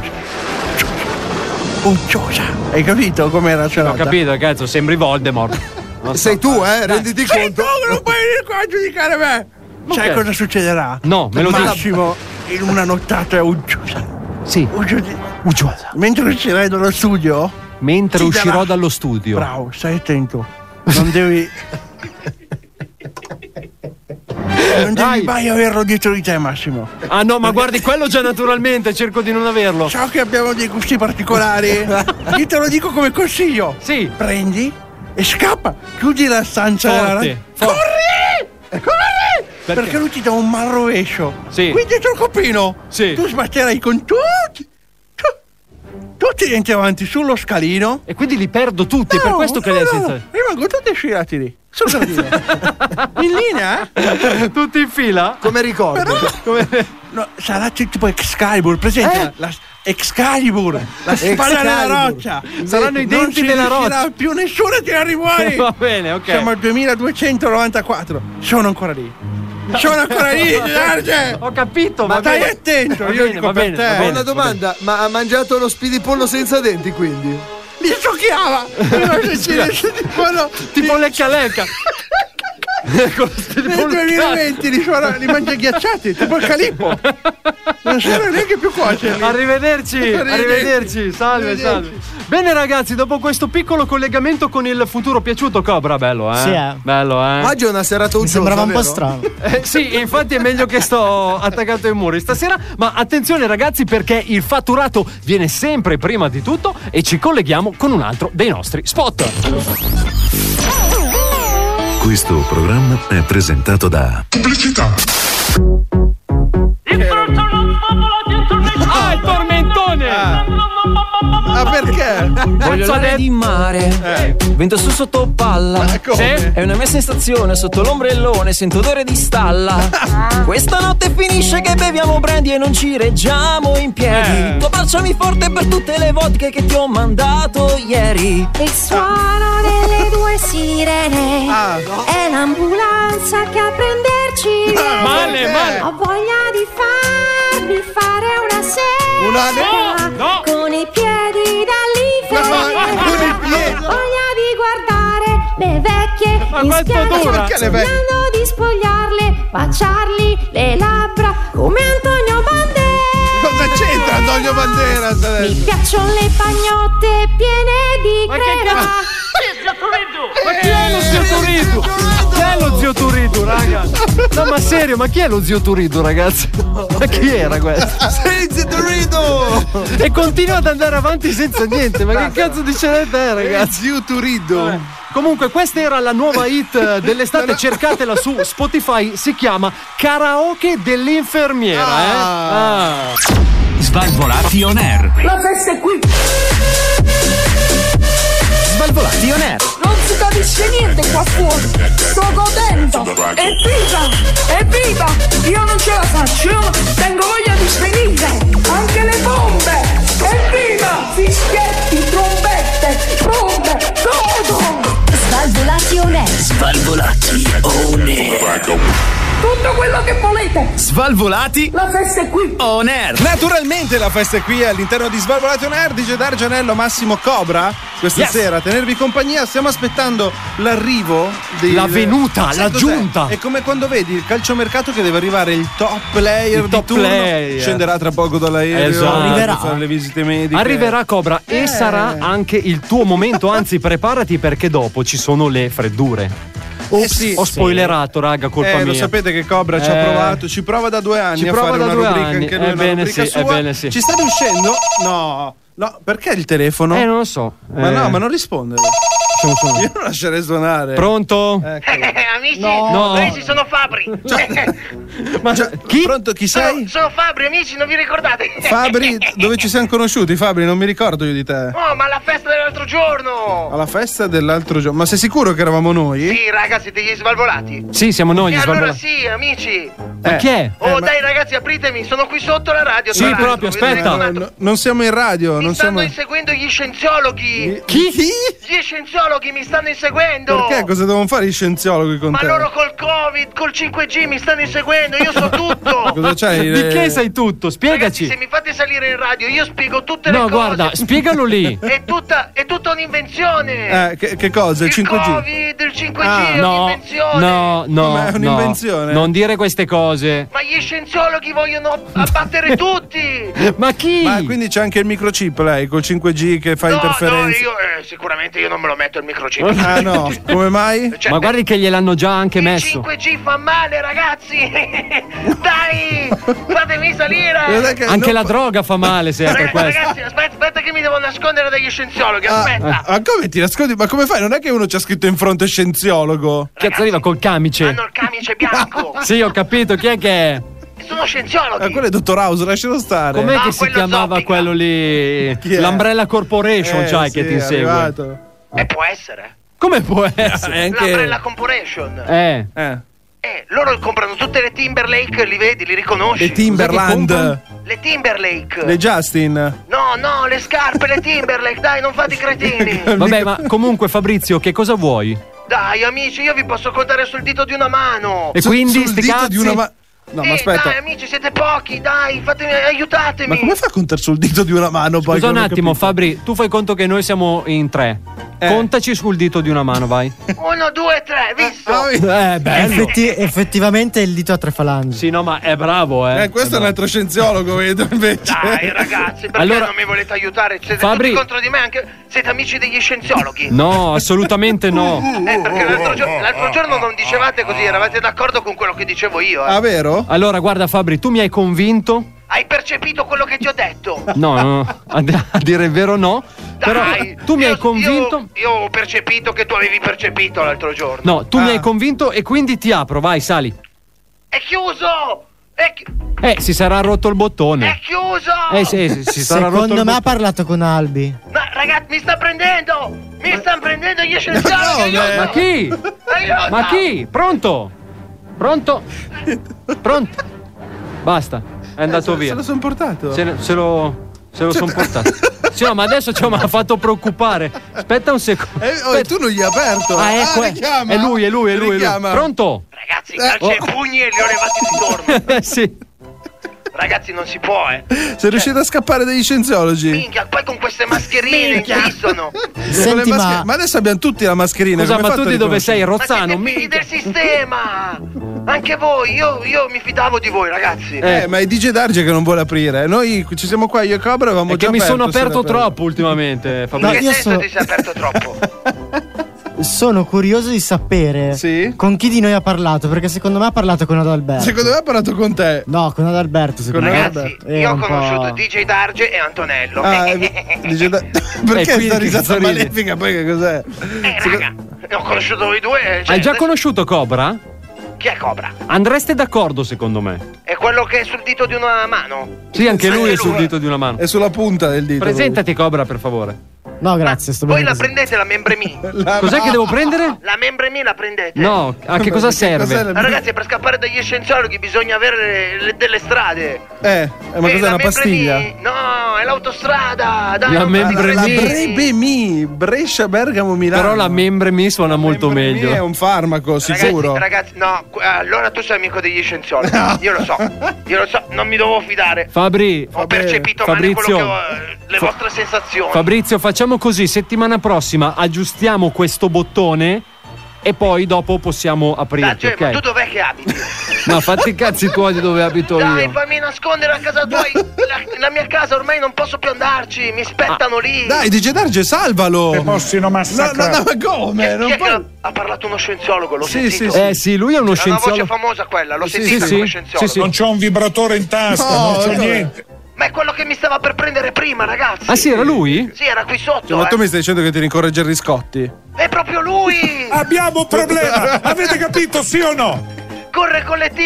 [SPEAKER 10] Hai capito com'era la serata?
[SPEAKER 8] Ho capito, cazzo, sembri Voldemort.
[SPEAKER 9] Sei tu, renditi conto.
[SPEAKER 10] Sei tu che non puoi venire qua a giudicare me. Sai cosa succederà?
[SPEAKER 8] No, me lo dici.
[SPEAKER 10] Massimo in una nottata uggiosa.
[SPEAKER 8] Sì.
[SPEAKER 10] Uggiosa. Mentre uscirai dallo studio.
[SPEAKER 8] Mentre uscirò dallo studio.
[SPEAKER 10] Bravo, stai attento. Non devi. Non devi mai averlo dietro di te, Massimo.
[SPEAKER 8] Ah no, ma guardi, quello già naturalmente, cerco di non averlo.
[SPEAKER 10] So che abbiamo dei gusti particolari. Io te lo dico come consiglio.
[SPEAKER 8] Sì.
[SPEAKER 10] Prendi e scappa. Chiudi la stanza.
[SPEAKER 8] Forte.
[SPEAKER 10] Corri! Perché lui ti dà un mal rovescio.
[SPEAKER 8] Sì.
[SPEAKER 10] Qui dietro il coppino.
[SPEAKER 8] Sì.
[SPEAKER 10] Tu sbatterai con tutti denti avanti sullo scalino.
[SPEAKER 8] E quindi li perdo tutti, per questo che lei è senza.
[SPEAKER 10] Rimango tutti sfilati lì. Sul gradino. In linea?
[SPEAKER 8] Tutti in fila?
[SPEAKER 9] Come ricordo.
[SPEAKER 10] No, sarà tipo Excalibur, presente? La Excalibur, la spada della roccia.
[SPEAKER 8] Saranno i denti della roccia.
[SPEAKER 10] Non ci più nessuno a tirarli fuori.
[SPEAKER 8] Va bene, ok.
[SPEAKER 10] Siamo al 2294. Sono ancora lì. Sono ancora lì, Darge.
[SPEAKER 8] Ho capito,
[SPEAKER 10] ma stai attento. Io dico per te.
[SPEAKER 9] Ho una domanda, ma ha mangiato lo spidipollo senza denti, quindi?
[SPEAKER 10] Li succhiava.
[SPEAKER 8] Tipo lecca.
[SPEAKER 10] Nel 2020 li mangia ghiacciati, tipo il Calippo. Non sono neanche più cuocerli.
[SPEAKER 8] Arrivederci. Salve. Bene ragazzi, dopo questo piccolo collegamento con il futuro, piaciuto Cobra? Bello,
[SPEAKER 11] Sì,
[SPEAKER 8] bello,
[SPEAKER 9] Oggi è una serata uggiosa.
[SPEAKER 11] Sembrava un po'
[SPEAKER 9] vero?
[SPEAKER 11] strano.
[SPEAKER 8] Sì, infatti è meglio che sto attaccato ai muri stasera. Ma attenzione ragazzi, perché il fatturato viene sempre prima di tutto e ci colleghiamo con un altro dei nostri spot.
[SPEAKER 1] Questo programma è presentato da
[SPEAKER 13] Pubblicità.
[SPEAKER 8] Il tormentone!
[SPEAKER 7] Ma perché?
[SPEAKER 14] Voglio l'aria di mare, vento su sotto palla. È una mia sensazione sotto l'ombrellone, sento odore di stalla. Questa notte finisce che beviamo brandy e non ci reggiamo in piedi. Tu abbracciami forte per tutte le vodka che ti ho mandato ieri.
[SPEAKER 15] Il suono delle 2 sirene è l'ambulanza che a prenderci viene.
[SPEAKER 8] Male.
[SPEAKER 15] Ho voglia di farmi fare una sera
[SPEAKER 7] No.
[SPEAKER 15] con i piedi dall'inferno.
[SPEAKER 7] Con i piedi.
[SPEAKER 15] Voglia di guardare le vecchie
[SPEAKER 8] Ma
[SPEAKER 15] in
[SPEAKER 8] quanto
[SPEAKER 15] spiaggia,
[SPEAKER 8] dura?
[SPEAKER 7] Perché le vecchie?
[SPEAKER 15] sognando di spogliarle, baciarli le labbra come Antonio Banderas.
[SPEAKER 7] Cosa c'entra Antonio Banderas
[SPEAKER 15] Mi
[SPEAKER 7] adesso?
[SPEAKER 15] piacciono le pagnotte piene di crema.
[SPEAKER 8] Ma chi è lo zio Turidu? Chi è lo zio Turidu, raga? No, ma serio, ma chi è lo zio Turidu, ragazzi? Ma chi era questo?
[SPEAKER 7] Sei zio Turido!
[SPEAKER 8] E continua ad andare avanti senza niente. Ma che cazzo dice te, ragazzi?
[SPEAKER 7] Zio Turido!
[SPEAKER 8] Comunque, questa era la nuova hit dell'estate. Cercatela su Spotify. Si chiama Karaoke dell'infermiera.
[SPEAKER 6] Svalvolati on air.
[SPEAKER 12] La festa è qui!
[SPEAKER 6] Svalvolati on air.
[SPEAKER 12] Non si capisce niente qua fuori! Sto godendo! Evviva! Io non ce la faccio! Io tengo voglia di svenire! Anche le bombe! Evviva! Fischietti, trombette, bombe! Godo!
[SPEAKER 5] Svalvolati on air.
[SPEAKER 2] Svalvolati on air.
[SPEAKER 12] Tutto quello che volete!
[SPEAKER 6] Svalvolati
[SPEAKER 12] La festa è qui!
[SPEAKER 6] on air.
[SPEAKER 7] Naturalmente la festa è qui all'interno di Svalvolati on Air. DJ Dargianello, Massimo Cobra questa sera a tenervi compagnia. Stiamo aspettando l'arrivo
[SPEAKER 8] La venuta,
[SPEAKER 7] Sai
[SPEAKER 8] l'aggiunta.
[SPEAKER 7] cos'è? È come quando vedi il calciomercato che deve arrivare il top player
[SPEAKER 8] Il top
[SPEAKER 7] di turno.
[SPEAKER 8] player.
[SPEAKER 7] Scenderà tra poco dall'aereo,
[SPEAKER 8] Esatto.
[SPEAKER 11] Arriverà.
[SPEAKER 7] per fare le visite mediche.
[SPEAKER 8] Arriverà Cobra e sarà anche il tuo momento. Anzi, preparati perché dopo ci sono le freddure.
[SPEAKER 7] Sì.
[SPEAKER 8] Ho spoilerato, raga, colpa mia.
[SPEAKER 7] Lo sapete che Cobra ci ha provato, ci prova da 2 anni
[SPEAKER 8] Ci
[SPEAKER 7] a
[SPEAKER 8] prova
[SPEAKER 7] fare
[SPEAKER 8] da
[SPEAKER 7] una
[SPEAKER 8] 2
[SPEAKER 7] rubrica
[SPEAKER 8] anni.
[SPEAKER 7] anche lui, una
[SPEAKER 8] Ebbene
[SPEAKER 7] rubrica
[SPEAKER 8] sì,
[SPEAKER 7] sua.
[SPEAKER 8] ebbene sì.
[SPEAKER 7] Ci sta riuscendo? No, perché il telefono?
[SPEAKER 8] Non lo so.
[SPEAKER 7] Ma no, ma non rispondere.
[SPEAKER 8] Sono.
[SPEAKER 7] Io non lascerei suonare.
[SPEAKER 8] Pronto?
[SPEAKER 16] Amici,
[SPEAKER 8] No.
[SPEAKER 16] questi sono Fabri.
[SPEAKER 8] Ma chi?
[SPEAKER 7] Pronto, chi sei?
[SPEAKER 16] Sono Fabri, amici, non vi ricordate?
[SPEAKER 7] Fabri, dove ci siamo conosciuti, Fabri? Non mi ricordo io di te.
[SPEAKER 16] Oh, ma alla festa dell'altro giorno.
[SPEAKER 7] Alla festa dell'altro giorno. Ma sei sicuro che eravamo noi?
[SPEAKER 16] Sì, raga, siete gli svalvolati.
[SPEAKER 8] Sì, siamo noi
[SPEAKER 16] E
[SPEAKER 8] gli
[SPEAKER 16] allora
[SPEAKER 8] svalvolati.
[SPEAKER 16] sì, amici.
[SPEAKER 8] Ma chi è?
[SPEAKER 16] Oh, dai ragazzi, apritemi, sono qui sotto la radio.
[SPEAKER 8] Sì,
[SPEAKER 16] tra l'altro,
[SPEAKER 8] proprio,
[SPEAKER 16] vi ho
[SPEAKER 8] aspetta.
[SPEAKER 16] telefonato.
[SPEAKER 7] Non siamo in radio,
[SPEAKER 16] Mi
[SPEAKER 7] non
[SPEAKER 16] stanno
[SPEAKER 7] siamo.
[SPEAKER 16] inseguendo gli scienziologhi.
[SPEAKER 8] Chi?
[SPEAKER 16] Gli scienziologhi mi stanno inseguendo.
[SPEAKER 7] Perché? Cosa devono fare gli scienziologhi con
[SPEAKER 16] Ma
[SPEAKER 7] te?
[SPEAKER 16] loro col Covid, col 5G mi stanno inseguendo, io so tutto.
[SPEAKER 7] Cosa c'hai?
[SPEAKER 8] Di che sai tutto?
[SPEAKER 16] Ragazzi,
[SPEAKER 8] Spiegaci.
[SPEAKER 16] se mi fate salire in radio, io spiego tutte le
[SPEAKER 8] No,
[SPEAKER 16] cose.
[SPEAKER 8] guarda, spiegalo lì.
[SPEAKER 16] È tutta un'invenzione.
[SPEAKER 7] Che cosa? Il 5G?
[SPEAKER 16] Covid, il 5G è
[SPEAKER 8] No,
[SPEAKER 16] un'invenzione.
[SPEAKER 7] Ma è un'invenzione?
[SPEAKER 8] Non dire queste cose.
[SPEAKER 16] Ma gli scienziologhi vogliono abbattere tutti.
[SPEAKER 8] Ma chi?
[SPEAKER 7] Ma quindi c'è anche il microchip lei col 5G che fa interferenze?
[SPEAKER 16] No, sicuramente io non me lo metto il microchip.
[SPEAKER 7] Ah no, come mai?
[SPEAKER 16] Cioè,
[SPEAKER 8] Ma guardi che gliel'hanno già anche
[SPEAKER 16] il
[SPEAKER 8] messo.
[SPEAKER 16] 5G fa male, ragazzi. Dai, fatemi salire.
[SPEAKER 8] Anche la droga fa male se è per questo.
[SPEAKER 16] Ragazzi, aspetta che mi devo nascondere dagli scienziologhi, aspetta.
[SPEAKER 7] Ma come ti nascondi? Ma come fai? Non è che uno c'ha scritto in fronte scienziologo?
[SPEAKER 8] Cazzo arriva col camice.
[SPEAKER 16] Hanno il camice bianco.
[SPEAKER 8] Sì, ho capito, chi è che è?
[SPEAKER 16] Sono scienziologhi.
[SPEAKER 7] Quello è Dottor House, lascialo stare.
[SPEAKER 8] Com'è
[SPEAKER 16] No,
[SPEAKER 8] che si
[SPEAKER 16] quello
[SPEAKER 8] chiamava
[SPEAKER 16] zoppica.
[SPEAKER 8] quello lì?
[SPEAKER 7] Chi è?
[SPEAKER 8] L'Umbrella Corporation, c'hai che
[SPEAKER 7] sì,
[SPEAKER 8] ti
[SPEAKER 7] è
[SPEAKER 8] insegue.
[SPEAKER 7] arrivato.
[SPEAKER 16] E può essere.
[SPEAKER 8] Come può essere?
[SPEAKER 16] L'Umbrella Corporation. Loro comprano tutte le Timberlake, li vedi, li riconosci?
[SPEAKER 7] Le Timberland.
[SPEAKER 16] Le Timberlake.
[SPEAKER 7] Le Justin.
[SPEAKER 16] No, le scarpe, le Timberlake, dai, non fate i cretini.
[SPEAKER 8] Vabbè, ma comunque Fabrizio, che cosa vuoi?
[SPEAKER 16] Dai, amici, io vi posso contare sul dito di una mano.
[SPEAKER 8] E quindi
[SPEAKER 7] sul
[SPEAKER 8] sti
[SPEAKER 7] dito
[SPEAKER 8] cazzi?
[SPEAKER 7] di una No, ma aspetta.
[SPEAKER 16] Dai, amici, siete pochi, dai, aiutatemi.
[SPEAKER 7] Ma come fa a contare sul dito di una mano? Poi
[SPEAKER 8] scusa un attimo, Fabri, tu fai conto che noi siamo in 3. Contaci sul dito di una mano, vai.
[SPEAKER 16] 1, 2, 3, visto?
[SPEAKER 8] Bello.
[SPEAKER 11] Effettivamente il dito ha 3 falangi.
[SPEAKER 8] Sì, no, ma è bravo,
[SPEAKER 7] questo è un altro sziologo, vedo invece.
[SPEAKER 16] Dai, ragazzi, perché non mi volete aiutare? Siete tutti contro di me, anche siete amici degli scienziologhi?
[SPEAKER 8] No, assolutamente no.
[SPEAKER 16] Perché l'altro giorno non dicevate così, eravate d'accordo con quello che dicevo io.
[SPEAKER 7] Ah, vero?
[SPEAKER 8] Allora, guarda, Fabri, tu mi hai convinto.
[SPEAKER 16] Hai percepito quello che ti ho detto?
[SPEAKER 8] No, a dire il vero no. Però tu mi hai convinto.
[SPEAKER 16] Io ho percepito che tu avevi percepito l'altro giorno.
[SPEAKER 8] No, tu mi hai convinto e quindi ti apro, vai, sali.
[SPEAKER 16] È chiuso!
[SPEAKER 8] Si sarà rotto il bottone.
[SPEAKER 16] È chiuso!
[SPEAKER 8] Si sarà rotto il
[SPEAKER 11] Secondo me ha parlato con Albi.
[SPEAKER 16] No, ragazzi, mi sta prendendo! Mi stanno prendendo gli scienziati!
[SPEAKER 8] Ma chi?
[SPEAKER 16] Aiuto!
[SPEAKER 8] Ma chi? Pronto? Pronto? Basta, è andato via.
[SPEAKER 7] Se lo son portato?
[SPEAKER 8] Se lo son portato. Sì, no, ma adesso mi ha fatto preoccupare. Aspetta un secondo.
[SPEAKER 7] E tu non gli hai aperto.
[SPEAKER 8] È lui. Pronto?
[SPEAKER 16] Ragazzi, calci e pugni e li ho levati di torno.
[SPEAKER 8] Sì.
[SPEAKER 16] Ragazzi, non si può,
[SPEAKER 7] Sei riuscito a scappare dagli scienziologi?
[SPEAKER 16] Minchia, poi con queste mascherine che esistono.
[SPEAKER 11] Senti, ma
[SPEAKER 7] adesso abbiamo tutti la mascherina.
[SPEAKER 8] Scusa, ma tu di dove sei? Rozzano?
[SPEAKER 16] Ma siete figli del sistema. Anche voi, io mi fidavo di voi, ragazzi.
[SPEAKER 7] Ma è DJ Darge che non vuole aprire. Noi ci siamo qua, io e Cobra avevamo già
[SPEAKER 8] mi
[SPEAKER 7] aperto.
[SPEAKER 8] sono aperto troppo ultimamente, Fabio.
[SPEAKER 16] In che senso ti sei aperto troppo?
[SPEAKER 11] sono curioso di sapere con chi di noi ha parlato, perché secondo me ha parlato con Adalberto.
[SPEAKER 7] Secondo me ha parlato con te.
[SPEAKER 11] No, con Adalberto.
[SPEAKER 16] Ragazzi, io ho conosciuto DJ Darge e Antonello.
[SPEAKER 7] Perché sta risata malefica? Poi che cos'è?
[SPEAKER 16] Raga, ho conosciuto voi due.
[SPEAKER 8] Hai già conosciuto Cobra?
[SPEAKER 16] Chi è Cobra?
[SPEAKER 8] Andreste d'accordo, secondo me.
[SPEAKER 16] È quello che è sul dito di una mano?
[SPEAKER 8] Sì, anche lui è sul dito di una mano.
[SPEAKER 7] È sulla punta del dito.
[SPEAKER 8] Presentati, Cobra, per favore.
[SPEAKER 11] No, grazie.
[SPEAKER 16] Voi la prendete la membremi?
[SPEAKER 8] Cos'è che devo prendere?
[SPEAKER 16] La membremi la prendete?
[SPEAKER 8] No, a che cosa serve?
[SPEAKER 16] Ragazzi, per scappare dagli scienziologhi bisogna avere delle strade.
[SPEAKER 7] Ma cos'è, una pastiglia?
[SPEAKER 16] No, è l'autostrada. Dai,
[SPEAKER 8] la
[SPEAKER 7] membremi, Brescia, Bergamo, Milano.
[SPEAKER 8] Però la membremi suona molto meglio.
[SPEAKER 7] È un farmaco, sicuro.
[SPEAKER 16] Ragazzi, no, allora tu sei amico degli scienziologhi. No. Io lo so, non mi dovevo fidare.
[SPEAKER 8] Fabri,
[SPEAKER 16] ho percepito male quello che le vostre sensazioni.
[SPEAKER 8] Fabrizio, facciamo così, settimana prossima aggiustiamo questo bottone e poi dopo possiamo aprirti, ok?
[SPEAKER 16] Ma tu dov'è che abiti?
[SPEAKER 8] Ma fatti i cazzi tuoi di dove abito io.
[SPEAKER 16] Dai, fammi nascondere a casa tua. La mia casa ormai non posso più andarci, mi aspettano lì.
[SPEAKER 7] Dai, DJ Darge, salvalo.
[SPEAKER 4] Ti possino massacrare.
[SPEAKER 7] No, ma come?
[SPEAKER 16] Chi è che ha parlato uno scienziologo? L'ho sentito.
[SPEAKER 8] Sì, lui è uno scienziologo.
[SPEAKER 16] È una voce famosa quella, l'ho sentita come scienziologo.
[SPEAKER 4] Non c'ho un vibratore in tasca, non c'ho niente.
[SPEAKER 16] Ma è quello che mi stava per prendere prima, ragazzi.
[SPEAKER 8] Ah sì, era lui?
[SPEAKER 16] Sì, era qui sotto.
[SPEAKER 7] Ma tu mi stai dicendo che ti rincorre Gerry Scotti?
[SPEAKER 16] È proprio lui!
[SPEAKER 4] Abbiamo un problema! Avete capito, sì o no?
[SPEAKER 16] Corre con le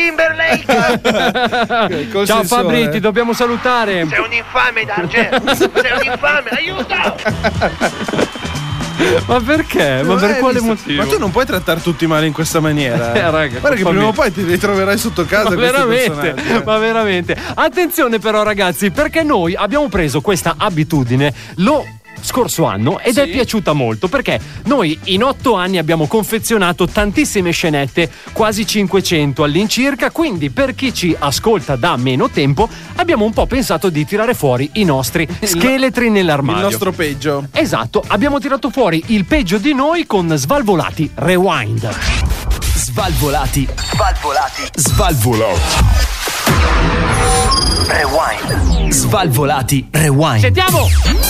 [SPEAKER 16] Timberlake!
[SPEAKER 8] Ciao Fabri, ti dobbiamo salutare.
[SPEAKER 16] Sei un infame, Darge! Sei un infame, aiuto!
[SPEAKER 8] Ma perché? Ma per quale motivo?
[SPEAKER 7] Ma tu non puoi trattare tutti male in questa maniera.
[SPEAKER 8] Raga,
[SPEAKER 7] guarda che prima o poi ti ritroverai sotto casa.
[SPEAKER 8] Ma veramente. Attenzione però, ragazzi, perché noi abbiamo preso questa abitudine scorso anno ed è piaciuta molto, perché noi in 8 anni abbiamo confezionato tantissime scenette, quasi 500 all'incirca, quindi per chi ci ascolta da meno tempo abbiamo un po' pensato di tirare fuori i nostri scheletri nell'armadio.
[SPEAKER 7] Il nostro peggio.
[SPEAKER 8] Esatto, abbiamo tirato fuori il peggio di noi con Svalvolati Rewind.
[SPEAKER 6] Svalvolati Rewind. Svalvolati Rewind.
[SPEAKER 8] Sentiamo!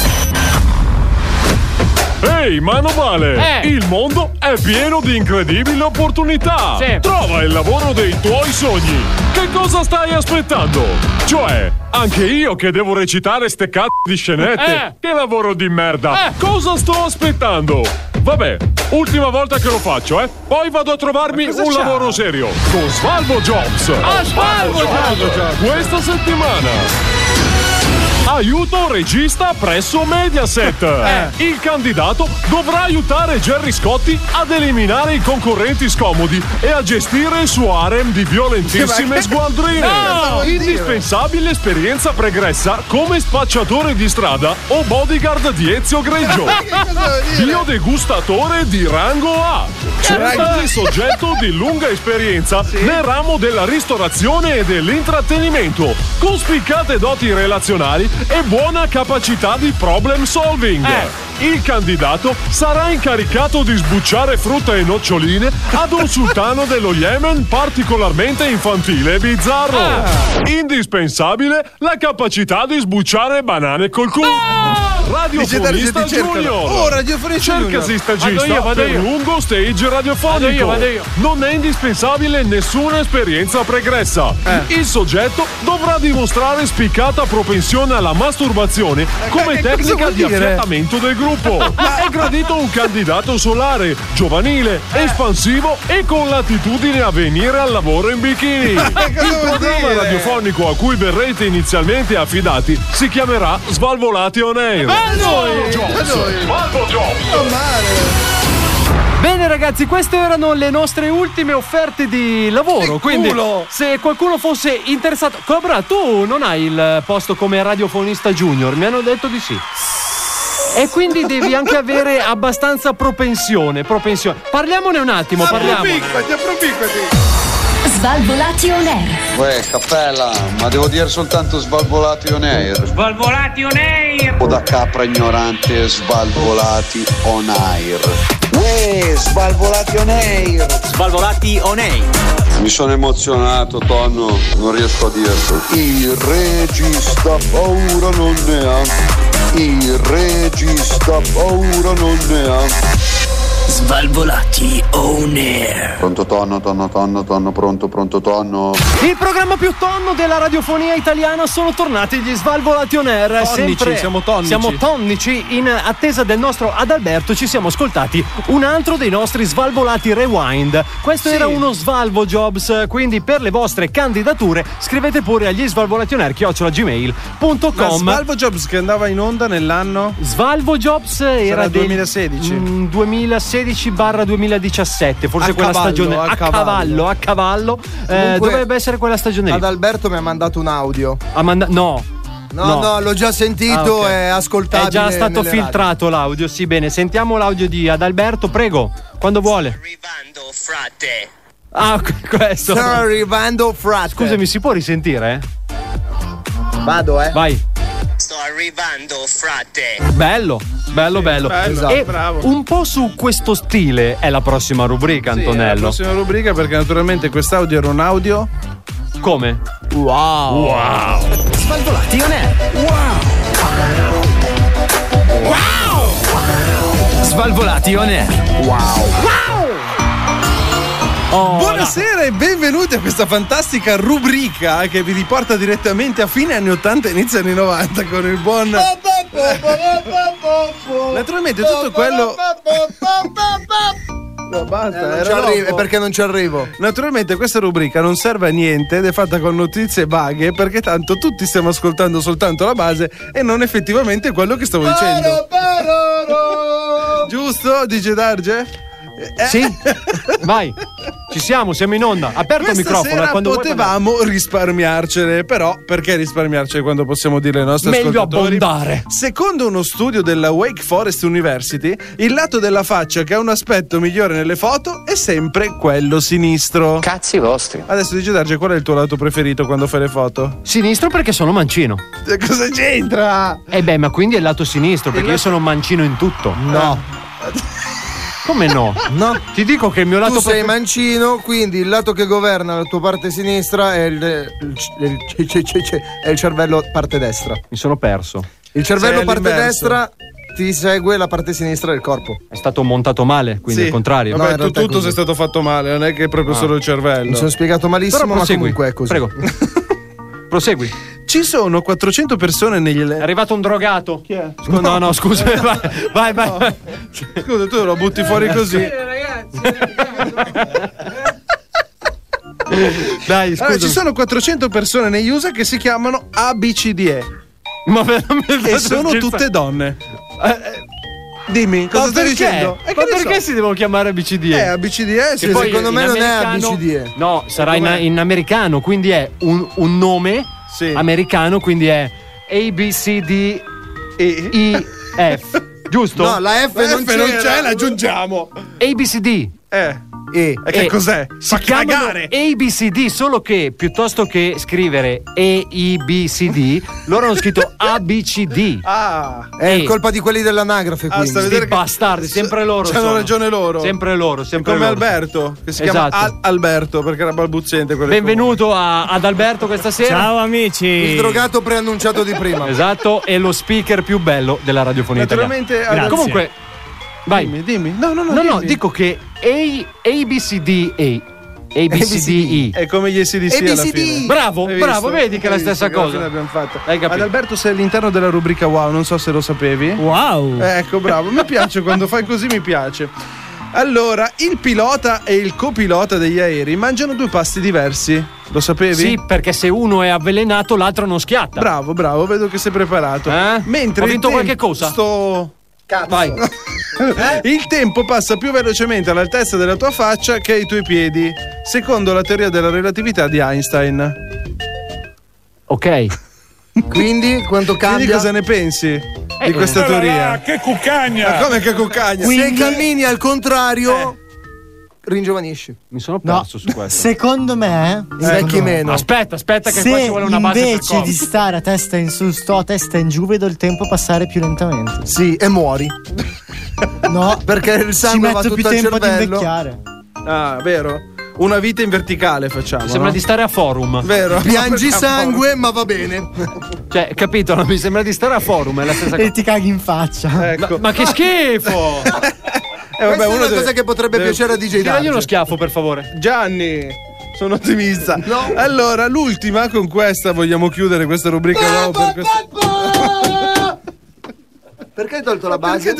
[SPEAKER 13] Ehi, Manovale! Il mondo è pieno di incredibili opportunità!
[SPEAKER 8] Sì.
[SPEAKER 13] Trova il lavoro dei tuoi sogni! Che cosa stai aspettando? Cioè, anche io che devo recitare ste cazzo di scenette? Che lavoro di merda! Cosa sto aspettando? Vabbè, ultima volta che lo faccio, Poi vado a trovarmi un lavoro serio con Svalvo Jobs!
[SPEAKER 8] Svalvo Jobs!
[SPEAKER 13] Questa settimana! Aiuto regista presso Mediaset. Il candidato dovrà aiutare Gerry Scotti ad eliminare i concorrenti scomodi e a gestire il suo harem di violentissime sgualdrine.
[SPEAKER 8] No,
[SPEAKER 13] Indispensabile esperienza pregressa come spacciatore di strada o bodyguard di Ezio Greggio. Biodegustatore di rango A. Quindi soggetto di lunga esperienza nel ramo della ristorazione e dell'intrattenimento, con spiccate doti relazionali e buona capacità di problem solving. Il candidato sarà incaricato di sbucciare frutta e noccioline ad un sultano dello Yemen particolarmente infantile e bizzarro. Indispensabile la capacità di sbucciare banane col culo. Radiofonista Junior.
[SPEAKER 7] Radiofonista
[SPEAKER 13] Junior. Cercasi stagista per lungo stage radiofonico.
[SPEAKER 7] Vado io.
[SPEAKER 13] Non è indispensabile nessuna esperienza pregressa. Il soggetto dovrà dimostrare spiccata propensione alla masturbazione come tecnica di affiatamento del gruppo. È gradito un candidato solare, giovanile, espansivo e con l'attitudine a venire al lavoro in bikini. Il programma radiofonico a cui verrete inizialmente affidati si chiamerà Svalvolati on Air.
[SPEAKER 8] Bene ragazzi, queste erano le nostre ultime offerte di lavoro. Quindi se qualcuno fosse interessato, Cobra, tu non hai il posto come radiofonista junior? Mi hanno detto di sì. E quindi devi anche avere abbastanza propensione. Parliamone un attimo,
[SPEAKER 7] Approfittati.
[SPEAKER 5] Svalvolati on air.
[SPEAKER 17] Uè, cappella, ma devo dire soltanto Svalvolati on air.
[SPEAKER 12] Svalvolati on air.
[SPEAKER 17] O da capra ignorante, Svalvolati on air. Uè, Svalvolati on air.
[SPEAKER 14] Svalvolati on air.
[SPEAKER 17] Mi sono emozionato, Tonno, non riesco a dirlo. Il regista paura non ne ha. Il regista paura non ne ha.
[SPEAKER 2] Svalvolati on air.
[SPEAKER 17] Pronto Tonno, pronto Tonno.
[SPEAKER 8] Il programma più tonno della radiofonia italiana, sono tornati gli Svalvolati on air.
[SPEAKER 7] Siamo tonnici.
[SPEAKER 8] In attesa del nostro Adalberto ci siamo ascoltati un altro dei nostri Svalvolati Rewind. Questo era uno Svalvo Jobs, quindi per le vostre candidature scrivete pure agli svalvolationer@gmail.com.
[SPEAKER 7] Svalvo Jobs che andava in onda nell'anno?
[SPEAKER 8] Svalvo Jobs era del
[SPEAKER 7] 2016.
[SPEAKER 8] 2016-2017, forse quella stagione. A cavallo. Dovrebbe essere quella stagione lì.
[SPEAKER 9] Adalberto mi ha mandato un audio.
[SPEAKER 8] No,
[SPEAKER 9] l'ho già sentito, è ascoltabile.
[SPEAKER 8] È già stato filtrato l'audio, sì, bene. Sentiamo l'audio di Adalberto, prego, quando vuole. Sto arrivando, frate. Questo.
[SPEAKER 9] Sto arrivando, frate.
[SPEAKER 8] Scusami, si può risentire?
[SPEAKER 9] Vado,
[SPEAKER 8] Vai.
[SPEAKER 2] Sto arrivando, frate.
[SPEAKER 8] Bello.
[SPEAKER 7] Esatto,
[SPEAKER 8] E
[SPEAKER 7] bravo.
[SPEAKER 8] un po' su questo stile è la prossima rubrica, Antonello.
[SPEAKER 7] È la prossima rubrica, perché naturalmente quest'audio era un audio.
[SPEAKER 8] Come?
[SPEAKER 7] Wow.
[SPEAKER 2] Svalvolati on air. Wow. Svalvolati on air.
[SPEAKER 7] Buonasera e benvenuti a questa fantastica rubrica che vi riporta direttamente a fine anni 80 e inizio anni 90 con il buon. Naturalmente tutto quello. No, basta,
[SPEAKER 9] è perché non ci arrivo.
[SPEAKER 7] Naturalmente questa rubrica non serve a niente ed è fatta con notizie vaghe, perché tanto tutti stiamo ascoltando soltanto la base e non effettivamente quello che stavo dicendo. Giusto, dice Darge?
[SPEAKER 8] Sì, vai, ci siamo in onda. Aperto il microfono.
[SPEAKER 7] Quando potevamo risparmiarcene, però perché risparmiarcene quando possiamo dire le nostre
[SPEAKER 8] meglio
[SPEAKER 7] ascoltatori?
[SPEAKER 8] abbondare.
[SPEAKER 7] Secondo uno studio della Wake Forest University, il lato della faccia che ha un aspetto migliore nelle foto è sempre quello sinistro.
[SPEAKER 14] Cazzi vostri.
[SPEAKER 7] Adesso dice Darge, qual è il tuo lato preferito quando fai le foto?
[SPEAKER 8] Sinistro, perché sono mancino.
[SPEAKER 7] Cosa c'entra?
[SPEAKER 8] Ma quindi è il lato sinistro, perché io sono mancino in tutto.
[SPEAKER 9] No.
[SPEAKER 8] Come no?
[SPEAKER 9] No.
[SPEAKER 8] Ti dico che il mio lato
[SPEAKER 9] tu sei mancino, quindi il lato che governa la tua parte sinistra è il cervello parte destra.
[SPEAKER 8] Mi sono perso.
[SPEAKER 9] Il cervello parte destra ti segue la parte sinistra del corpo.
[SPEAKER 8] È stato montato male, quindi il contrario.
[SPEAKER 7] Vabbè, tutto sei stato fatto male, non è che è proprio solo il cervello.
[SPEAKER 9] Mi sono spiegato malissimo,
[SPEAKER 8] però
[SPEAKER 9] ma comunque è così.
[SPEAKER 8] Prego. Prosegui.
[SPEAKER 7] Ci sono 400 persone negli.
[SPEAKER 8] È arrivato un drogato.
[SPEAKER 7] Chi è?
[SPEAKER 8] No, scusa. Vai.
[SPEAKER 7] No. Scusa, tu lo butti fuori così.
[SPEAKER 8] Dai, scusa.
[SPEAKER 7] Allora, ci sono 400 persone negli USA che si chiamano ABCDE.
[SPEAKER 8] Ma veramente?
[SPEAKER 7] E sono tutte donne. Dimmi, cosa stai dicendo?
[SPEAKER 8] Ma perché si devono chiamare ABCDE?
[SPEAKER 7] ABCDE,
[SPEAKER 9] secondo me non è ABCDE.
[SPEAKER 8] No, sarà in americano, quindi è un nome americano, quindi è A, B, C, D, E, F. Giusto?
[SPEAKER 9] No, la F non c'è, la aggiungiamo.
[SPEAKER 8] A, B, C, D.
[SPEAKER 7] E che cos'è?
[SPEAKER 8] Si chiamano ABCD, solo che piuttosto che scrivere EIBCD, loro hanno scritto ABCD.
[SPEAKER 9] È colpa di quelli dell'anagrafe, quindi.
[SPEAKER 8] Sti bastardi, sempre loro.
[SPEAKER 7] C'hanno ragione loro.
[SPEAKER 8] Sempre loro, sempre
[SPEAKER 7] come
[SPEAKER 8] loro.
[SPEAKER 7] Alberto, che si chiama Alberto perché era balbuziente.
[SPEAKER 8] Benvenuto ad Alberto questa sera.
[SPEAKER 11] Ciao amici.
[SPEAKER 9] Il drogato preannunciato di prima.
[SPEAKER 8] Esatto, e lo speaker più bello della radiofonia italiana.
[SPEAKER 7] Naturalmente.
[SPEAKER 8] Comunque, vai.
[SPEAKER 7] Dimmi. No,
[SPEAKER 8] No, dico che ABCDE. È
[SPEAKER 7] come gli ACDC alla fine.
[SPEAKER 8] Bravo, vedi che è la stessa cosa.
[SPEAKER 7] L'abbiamo fatta.
[SPEAKER 8] Hai capito?
[SPEAKER 7] Adalberto, sei all'interno della rubrica Wow, non so se lo sapevi.
[SPEAKER 11] Wow.
[SPEAKER 7] Ecco, bravo, mi piace quando fai così, mi piace. Allora, il pilota e il copilota degli aerei mangiano due pasti diversi. Lo sapevi?
[SPEAKER 8] Sì, perché se uno è avvelenato, l'altro non schiatta.
[SPEAKER 7] Bravo, vedo che sei preparato. Mentre
[SPEAKER 8] ho vinto qualche cosa?
[SPEAKER 9] Cazzo.
[SPEAKER 8] Vai.
[SPEAKER 7] Il tempo passa più velocemente all'altezza della tua faccia che ai tuoi piedi, secondo la teoria della relatività di Einstein.
[SPEAKER 8] Ok.
[SPEAKER 9] Quindi quanto cambia?
[SPEAKER 7] Quindi cosa ne pensi di questa teoria?
[SPEAKER 4] Che cuccagna!
[SPEAKER 7] Ma come che cuccagna?
[SPEAKER 9] Se cammini al contrario, ringiovanisci.
[SPEAKER 8] Mi sono perso su questo.
[SPEAKER 11] Secondo me
[SPEAKER 9] invecchi meno.
[SPEAKER 8] Aspetta che qua ci vuole una base.
[SPEAKER 11] Invece di stare a testa in su, sto a testa in giù, vedo il tempo passare più lentamente.
[SPEAKER 9] Sì, e muori. No, perché il sangue va tutto
[SPEAKER 11] più
[SPEAKER 9] al
[SPEAKER 11] tempo ad
[SPEAKER 9] cervello.
[SPEAKER 11] invecchiare.
[SPEAKER 7] Ah, vero? Una vita in verticale facciamo.
[SPEAKER 8] Sembra di stare a forum.
[SPEAKER 7] Vero?
[SPEAKER 9] Piangi sangue, ma va bene.
[SPEAKER 8] Cioè, capito? Non mi sembra di stare a forum, è la stessa cosa.
[SPEAKER 11] E ti caghi in faccia.
[SPEAKER 7] Ecco.
[SPEAKER 8] Ma che schifo!
[SPEAKER 9] Questa è una cosa che potrebbe piacere a DJ Darge.
[SPEAKER 8] Tiragli uno schiaffo, per favore.
[SPEAKER 7] Gianni, sono ottimista.
[SPEAKER 9] No.
[SPEAKER 7] Allora, l'ultima, con questa vogliamo chiudere questa rubrica.
[SPEAKER 9] Perché hai tolto la base?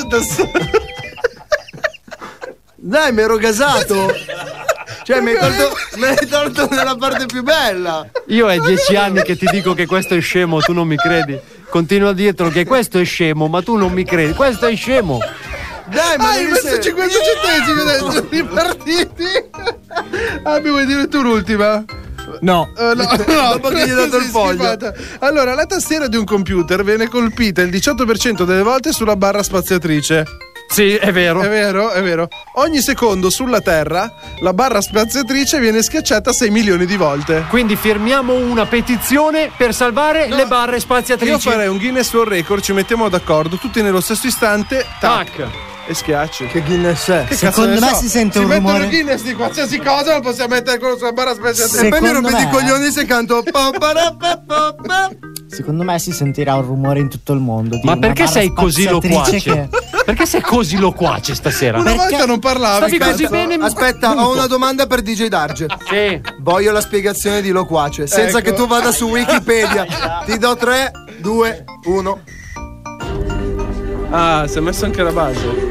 [SPEAKER 9] Dai, mi ero gasato. Cioè, mi hai tolto nella parte più bella.
[SPEAKER 8] Io è 10 anni che ti dico che questo è scemo, tu non mi credi. Continuo a dirtelo che questo è scemo, ma tu non mi credi. Questo è scemo.
[SPEAKER 9] Dai, ma
[SPEAKER 7] hai messo 50 centesimi adesso ripartiti. Vuoi dire tu l'ultima?
[SPEAKER 11] No.
[SPEAKER 7] Dopo che gli hai dato il foglio. Allora, la tastiera di un computer viene colpita il 18% delle volte sulla barra spaziatrice.
[SPEAKER 8] Sì, è vero.
[SPEAKER 7] È vero. Ogni secondo sulla Terra la barra spaziatrice viene schiacciata 6 milioni di volte.
[SPEAKER 8] Quindi firmiamo una petizione per salvare le barre spaziatrici.
[SPEAKER 7] Io farei un Guinness World Record, ci mettiamo d'accordo, tutti nello stesso istante. Tac. E schiacci.
[SPEAKER 9] Che Guinness è?
[SPEAKER 7] Che
[SPEAKER 11] secondo me si sente un rumore.
[SPEAKER 7] Si mette il Guinness di qualsiasi cosa, lo possiamo mettere quello sulla barra spaziatrice.
[SPEAKER 9] E poi mi rompete i coglioni se canto.
[SPEAKER 11] Secondo me si sentirà un rumore in tutto il mondo.
[SPEAKER 8] Ma perché sei così loquace? Perché sei così loquace stasera?
[SPEAKER 7] Una volta non parlavi.
[SPEAKER 8] Stavi così bene.
[SPEAKER 9] Aspetta, ho una domanda per DJ Darge.
[SPEAKER 8] Sì.
[SPEAKER 9] Voglio la spiegazione di loquace, senza che tu vada su Wikipedia. Ti do 3, 2, 1.
[SPEAKER 7] Ah, si è messo anche la base.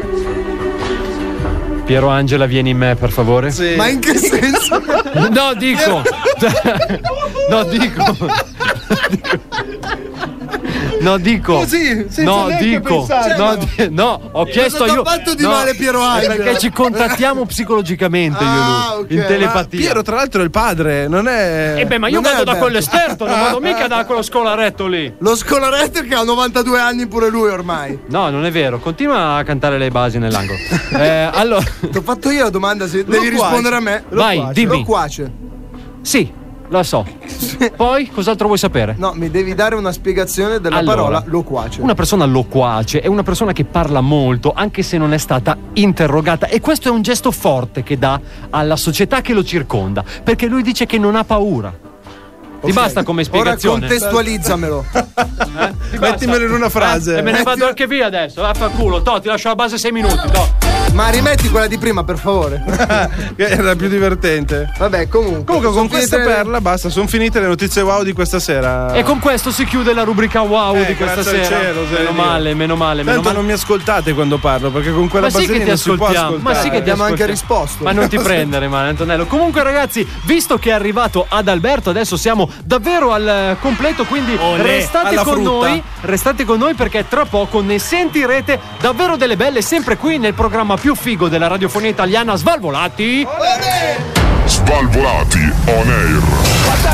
[SPEAKER 8] Piero Angela, vieni in me, per favore.
[SPEAKER 7] Sì.
[SPEAKER 9] Ma in che senso?
[SPEAKER 8] No, dico.
[SPEAKER 7] Così,
[SPEAKER 8] ho chiesto io.
[SPEAKER 9] Cosa ho fatto di male, Piero Angela?
[SPEAKER 8] Perché ci contattiamo psicologicamente io e lui.
[SPEAKER 9] Okay.
[SPEAKER 8] In telepatia.
[SPEAKER 7] Ma Piero, tra l'altro, è il padre, non è.
[SPEAKER 8] Ma io vado da quell'esperto, non vado mica da quello scolaretto lì.
[SPEAKER 9] Lo scolaretto che ha 92 anni pure lui ormai.
[SPEAKER 8] No, non è vero. Continua a cantare le basi nell'angolo. Allora.
[SPEAKER 9] Ti ho fatto io la domanda, se devi rispondere a me.
[SPEAKER 8] Vai, dimmi.
[SPEAKER 9] Loquace.
[SPEAKER 8] Sì, lo so. Poi, cos'altro vuoi sapere?
[SPEAKER 9] No, mi devi dare una spiegazione della parola loquace.
[SPEAKER 8] Una persona loquace è una persona che parla molto, anche se non è stata interrogata. E questo è un gesto forte che dà alla società che lo circonda, perché lui dice che non ha paura. Ti basta come spiegazione?
[SPEAKER 9] Ora contestualizzamelo.
[SPEAKER 7] Mettimelo in una frase.
[SPEAKER 8] E me ne vado anche via adesso. Vaffanculo, ti lascio la base 6 minuti.
[SPEAKER 9] Ma rimetti quella di prima, per favore.
[SPEAKER 7] Che era più divertente.
[SPEAKER 9] Vabbè, comunque
[SPEAKER 7] con questa perla basta, sono finite le notizie wow di questa sera.
[SPEAKER 8] E con questo si chiude la rubrica wow di questa sera.
[SPEAKER 7] Cielo,
[SPEAKER 8] meno male.
[SPEAKER 7] Tanto non mi ascoltate quando parlo, perché con quella
[SPEAKER 8] baserina
[SPEAKER 7] non si può ascoltare.
[SPEAKER 8] Ma sì che ti
[SPEAKER 9] abbiamo anche risposto.
[SPEAKER 8] Ma non ti prendere, Antonello. Comunque, ragazzi, visto che è arrivato ad Alberto, adesso siamo davvero al completo, quindi restate con noi perché tra poco ne sentirete davvero delle belle, sempre qui nel programma più figo della radiofonia italiana, Svalvolati.
[SPEAKER 1] Svalvolati on air.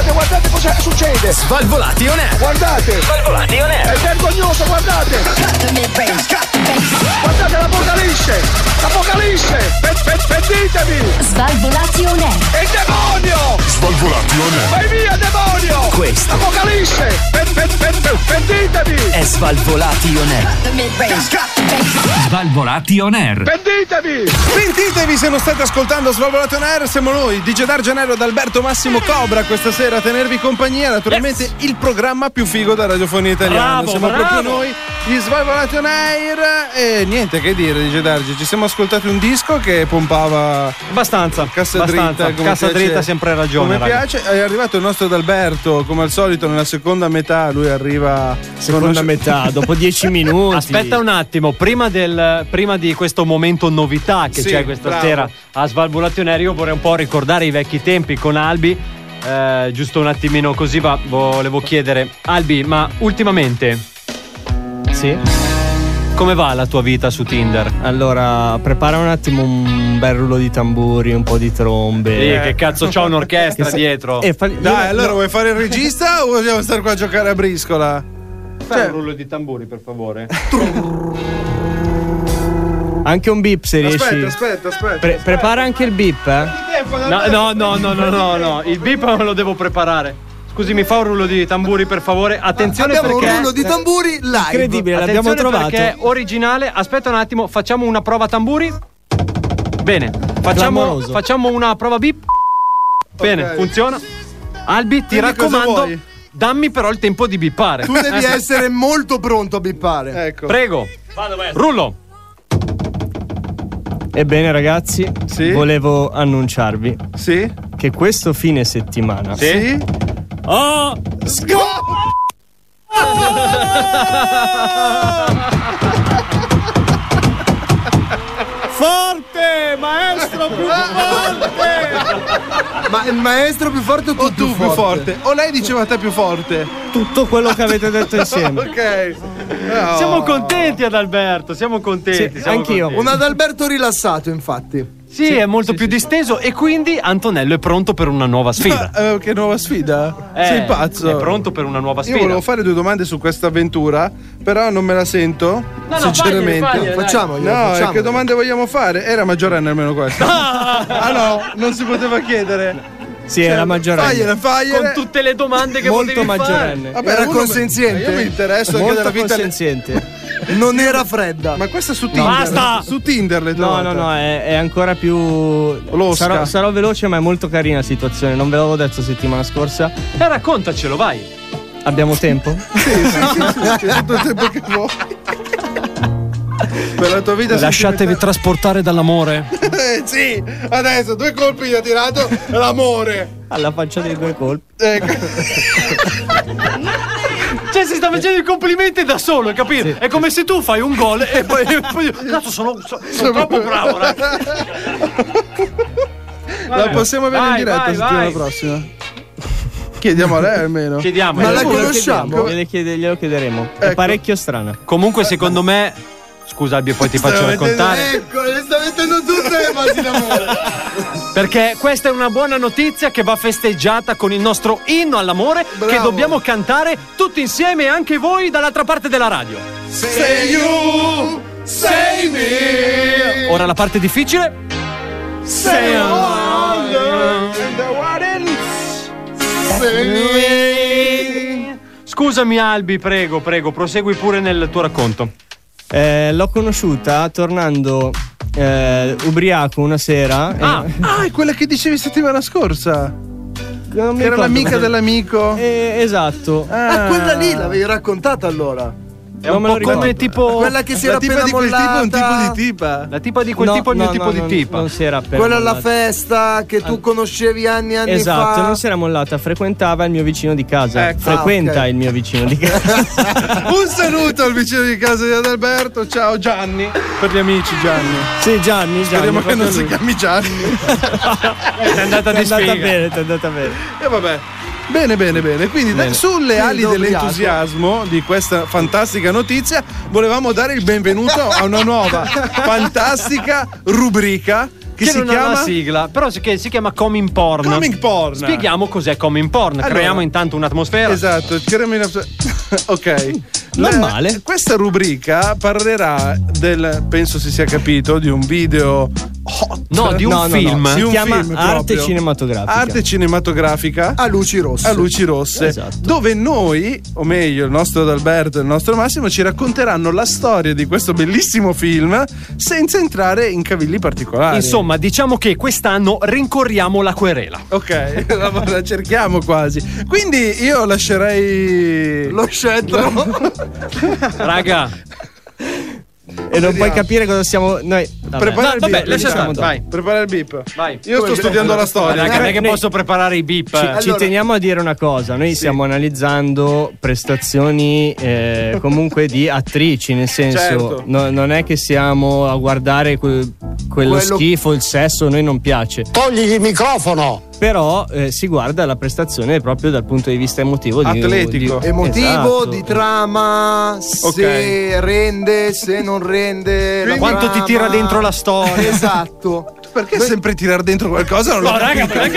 [SPEAKER 3] guardate cosa succede.
[SPEAKER 6] Svalvolati on air.
[SPEAKER 3] Guardate.
[SPEAKER 6] Svalvolati on air.
[SPEAKER 3] È vergognoso, guardate. Guardate l'apocalisse. Pentitevi.
[SPEAKER 5] Svalvolati on air.
[SPEAKER 3] È il demonio.
[SPEAKER 1] Svalvolati on air.
[SPEAKER 3] Vai via, demonio.
[SPEAKER 6] Questo.
[SPEAKER 3] Apocalisse. Pentitevi.
[SPEAKER 6] È Svalvolati on air. Svalvolati on air.
[SPEAKER 7] Pentitevi se non state ascoltando Svalvolati on air. Siamo noi, DJ Dargenello ed Alberto Massimo Cobra questa sera a tenervi compagnia. Naturalmente il programma più figo della radiofonia italiana. Siamo proprio noi, gli Svalvolati on air. E niente che dire, DJ Darge, ci siamo ascoltati un disco che pompava
[SPEAKER 8] abbastanza.
[SPEAKER 7] Cassa dritta,
[SPEAKER 8] sempre ragione.
[SPEAKER 7] Come piace. È arrivato il nostro Adalberto, come al solito nella seconda metà. Lui arriva
[SPEAKER 18] seconda metà dopo 10 minuti.
[SPEAKER 8] Aspetta un attimo, prima di questo momento novità che c'è questa sera a Svalvolati on air, io vorrei un po' ricordare i vecchi tempi con Albi. Giusto un attimino così volevo chiedere, Albi, ma ultimamente come va la tua vita su Tinder?
[SPEAKER 18] Allora, prepara un attimo un bel rullo di tamburi, un po' di trombe.
[SPEAKER 8] Che cazzo c'ho un'orchestra dietro?
[SPEAKER 7] Dai, allora vuoi fare il regista o vogliamo stare qua a giocare a briscola?
[SPEAKER 8] Fai un rullo di tamburi, per favore.
[SPEAKER 18] Anche un beep se riesci.
[SPEAKER 7] Aspetta.
[SPEAKER 18] Prepara anche il beep,
[SPEAKER 8] No, il beep me lo devo preparare. Scusi, mi fa un rullo di tamburi, per favore. Attenzione,
[SPEAKER 9] abbiamo
[SPEAKER 8] perché
[SPEAKER 9] un rullo di tamburi live.
[SPEAKER 18] Incredibile, l'abbiamo trovato.
[SPEAKER 8] Perché è originale. Aspetta un attimo, facciamo una prova tamburi. Bene, facciamo una prova beep. Bene, funziona. Albi, ti raccomando, dammi però il tempo di bippare.
[SPEAKER 9] Tu devi essere molto pronto a bippare.
[SPEAKER 7] Ecco.
[SPEAKER 8] Prego. Rullo.
[SPEAKER 18] Ebbene ragazzi, volevo annunciarvi che questo fine settimana
[SPEAKER 9] Forte, maestro più forte. Ma il maestro più forte o tu più forte?
[SPEAKER 7] O lei diceva te più forte?
[SPEAKER 18] Tutto quello che avete detto insieme.
[SPEAKER 7] Ok.
[SPEAKER 8] No. Siamo contenti, Adalberto, siamo contenti.
[SPEAKER 9] Anch'io. Un Adalberto rilassato, infatti.
[SPEAKER 8] Sì, è molto più disteso e quindi Antonello è pronto per una nuova sfida.
[SPEAKER 7] Che nuova sfida? Sei pazzo?
[SPEAKER 8] È pronto per una nuova sfida.
[SPEAKER 7] Io volevo fare 2 domande su questa avventura, però non me la sento, sinceramente.
[SPEAKER 9] Facciamo.
[SPEAKER 7] Che domande vogliamo fare? Era maggiorenne almeno questa. No, non si poteva chiedere.
[SPEAKER 18] Sì, era maggiorenne.
[SPEAKER 7] Fagliele.
[SPEAKER 8] Con tutte le domande che
[SPEAKER 18] molto
[SPEAKER 8] potevi
[SPEAKER 18] maggiorenne.
[SPEAKER 8] fare.
[SPEAKER 9] Era consenziente.
[SPEAKER 7] Io mi interessa
[SPEAKER 18] molto
[SPEAKER 7] anche della vita
[SPEAKER 18] consenziente.
[SPEAKER 9] Non era fredda.
[SPEAKER 7] Ma questa su Tinder.
[SPEAKER 8] Basta.
[SPEAKER 7] Su Tinder le trovate.
[SPEAKER 18] No, è ancora più
[SPEAKER 7] losca.
[SPEAKER 18] Sarò veloce, ma è molto carina la situazione. Non ve l'avevo detto settimana scorsa.
[SPEAKER 8] Raccontacelo, vai.
[SPEAKER 18] Abbiamo tempo?
[SPEAKER 7] Sì, c'è tutto il tempo che vuoi. Per la tua vita
[SPEAKER 8] lasciatevi trasportare dall'amore.
[SPEAKER 7] Sì, adesso 2 colpi gli ha tirato l'amore.
[SPEAKER 18] Alla faccia dei 2 colpi.
[SPEAKER 8] Cioè si sta facendo i complimenti da solo, capito? Sì. È come se tu fai un gol e poi cazzo sono troppo bravo,
[SPEAKER 7] La possiamo avere in diretta la settimana prossima? Chiediamo a lei almeno.
[SPEAKER 8] Chiediamo.
[SPEAKER 9] Ma la conosciamo?
[SPEAKER 18] Glielo chiederemo. È parecchio strana.
[SPEAKER 8] Comunque secondo me, scusa Albi, poi ti faccio raccontare.
[SPEAKER 9] Ecco, le sta mettendo tutte le basi d'amore.
[SPEAKER 8] Perché questa è una buona notizia che va festeggiata con il nostro inno all'amore. Bravo. Che dobbiamo cantare tutti insieme, anche voi dall'altra parte della radio.
[SPEAKER 9] Say you, say me.
[SPEAKER 8] Ora la parte difficile.
[SPEAKER 9] Say
[SPEAKER 8] Scusami Albi, prego, prosegui pure nel tuo racconto.
[SPEAKER 18] L'ho conosciuta tornando ubriaco una sera.
[SPEAKER 7] È quella che dicevi settimana scorsa. Che era l'amica dell'amico.
[SPEAKER 18] Esatto.
[SPEAKER 9] Quella lì l'avevi raccontata allora.
[SPEAKER 8] È un po' come tipo
[SPEAKER 9] quella che si era appena
[SPEAKER 7] di quel
[SPEAKER 9] mollata.
[SPEAKER 7] tipo è un tipo di tipa.
[SPEAKER 8] La tipa di quel tipo è il mio tipo di tipa.
[SPEAKER 18] Non si era appena
[SPEAKER 9] quella
[SPEAKER 18] mollata.
[SPEAKER 9] alla festa che tu conoscevi anni fa.
[SPEAKER 18] Esatto, non si era mollata, frequentava il mio vicino di casa. Frequenta il mio vicino di casa.
[SPEAKER 7] Un saluto al vicino di casa di Adalberto. Ciao Gianni. Per gli amici Gianni.
[SPEAKER 18] Sì, Gianni.
[SPEAKER 7] Speriamo che non si chiami Gianni.
[SPEAKER 8] È andata
[SPEAKER 18] bene.
[SPEAKER 7] E vabbè. Bene. Quindi sulle ali dell'entusiasmo di questa fantastica notizia volevamo dare il benvenuto a una nuova fantastica rubrica
[SPEAKER 8] che si chiama la sigla, però che si chiama Coming Porn.
[SPEAKER 7] Coming Porn.
[SPEAKER 8] Spieghiamo cos'è Coming Porn.
[SPEAKER 7] Allora,
[SPEAKER 8] creiamo intanto un'atmosfera.
[SPEAKER 7] Esatto, ok.
[SPEAKER 8] Normale.
[SPEAKER 7] Questa rubrica parlerà penso si sia capito, di un video hot.
[SPEAKER 8] No, di un film.
[SPEAKER 7] No.
[SPEAKER 18] Si chiama Arte
[SPEAKER 7] proprio.
[SPEAKER 18] Cinematografica.
[SPEAKER 7] Arte cinematografica
[SPEAKER 9] a luci rosse.
[SPEAKER 7] A luci rosse.
[SPEAKER 18] Esatto.
[SPEAKER 7] Dove noi, o meglio il nostro Adalberto e il nostro Massimo, ci racconteranno la storia di questo bellissimo film senza entrare in cavilli particolari.
[SPEAKER 8] Insomma, diciamo che quest'anno rincorriamo la querela.
[SPEAKER 7] Ok, la cerchiamo quasi. Quindi io lascerei
[SPEAKER 9] lo scettro.
[SPEAKER 8] Raga,
[SPEAKER 18] e non puoi capire cosa siamo noi.
[SPEAKER 7] Prepara il beep.
[SPEAKER 8] Lascia
[SPEAKER 7] vai. Prepara il beep.
[SPEAKER 8] Vai.
[SPEAKER 7] Io sto studiando la storia.
[SPEAKER 8] Raga, non è che posso preparare i beep.
[SPEAKER 18] Ci teniamo a dire una cosa. Noi stiamo analizzando prestazioni comunque di attrici, nel senso,
[SPEAKER 7] certo.
[SPEAKER 18] Non è che siamo a guardare quello schifo, il sesso, a noi non piace.
[SPEAKER 19] Togli il microfono.
[SPEAKER 18] Però si guarda la prestazione proprio dal punto di vista emotivo,
[SPEAKER 7] atletico,
[SPEAKER 9] emotivo,
[SPEAKER 18] esatto.
[SPEAKER 9] Di trama, se rende, se non rende,
[SPEAKER 8] quanto ti tira dentro la storia.
[SPEAKER 9] Esatto.
[SPEAKER 7] Perché sempre tirare dentro qualcosa? Non
[SPEAKER 8] no, raga, ma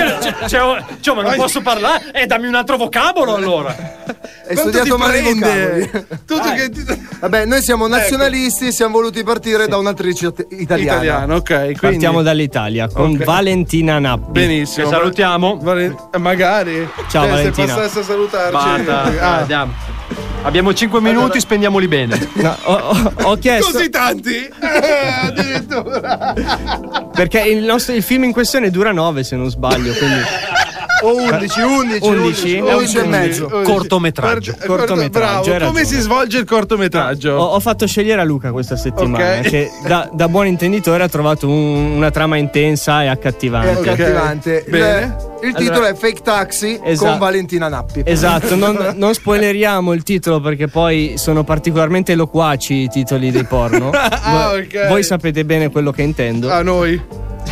[SPEAKER 8] non posso parlare? Dammi un altro vocabolo allora.
[SPEAKER 9] Hai studiato male i vocaboli. Vabbè, noi siamo nazionalisti, siamo voluti partire da un'attrice italiana.
[SPEAKER 7] Ok, quindi
[SPEAKER 18] partiamo dall'Italia con Valentina Nappi.
[SPEAKER 7] Benissimo.
[SPEAKER 8] Che salutiamo.
[SPEAKER 7] Magari.
[SPEAKER 18] Ciao Valentina.
[SPEAKER 7] Se passasse a salutarci.
[SPEAKER 8] Basta, andiamo. Abbiamo 5 minuti, spendiamoli bene.
[SPEAKER 18] No, ho chiesto.
[SPEAKER 7] Così tanti? Addirittura.
[SPEAKER 18] Perché il film in questione dura 9, se non sbaglio. Quindi.
[SPEAKER 9] O 11 e mezzo.
[SPEAKER 8] Cortometraggio.
[SPEAKER 7] Bravo. Come si svolge il cortometraggio?
[SPEAKER 18] Ho fatto scegliere a Luca questa settimana, che da buon intenditore ha trovato una trama intensa e accattivante.
[SPEAKER 9] Bene. Il titolo è Fake Taxi con Valentina Nappi.
[SPEAKER 18] Esatto, non spoileriamo il titolo perché poi sono particolarmente loquaci i titoli dei porno. Voi sapete bene quello che intendo.
[SPEAKER 7] A noi.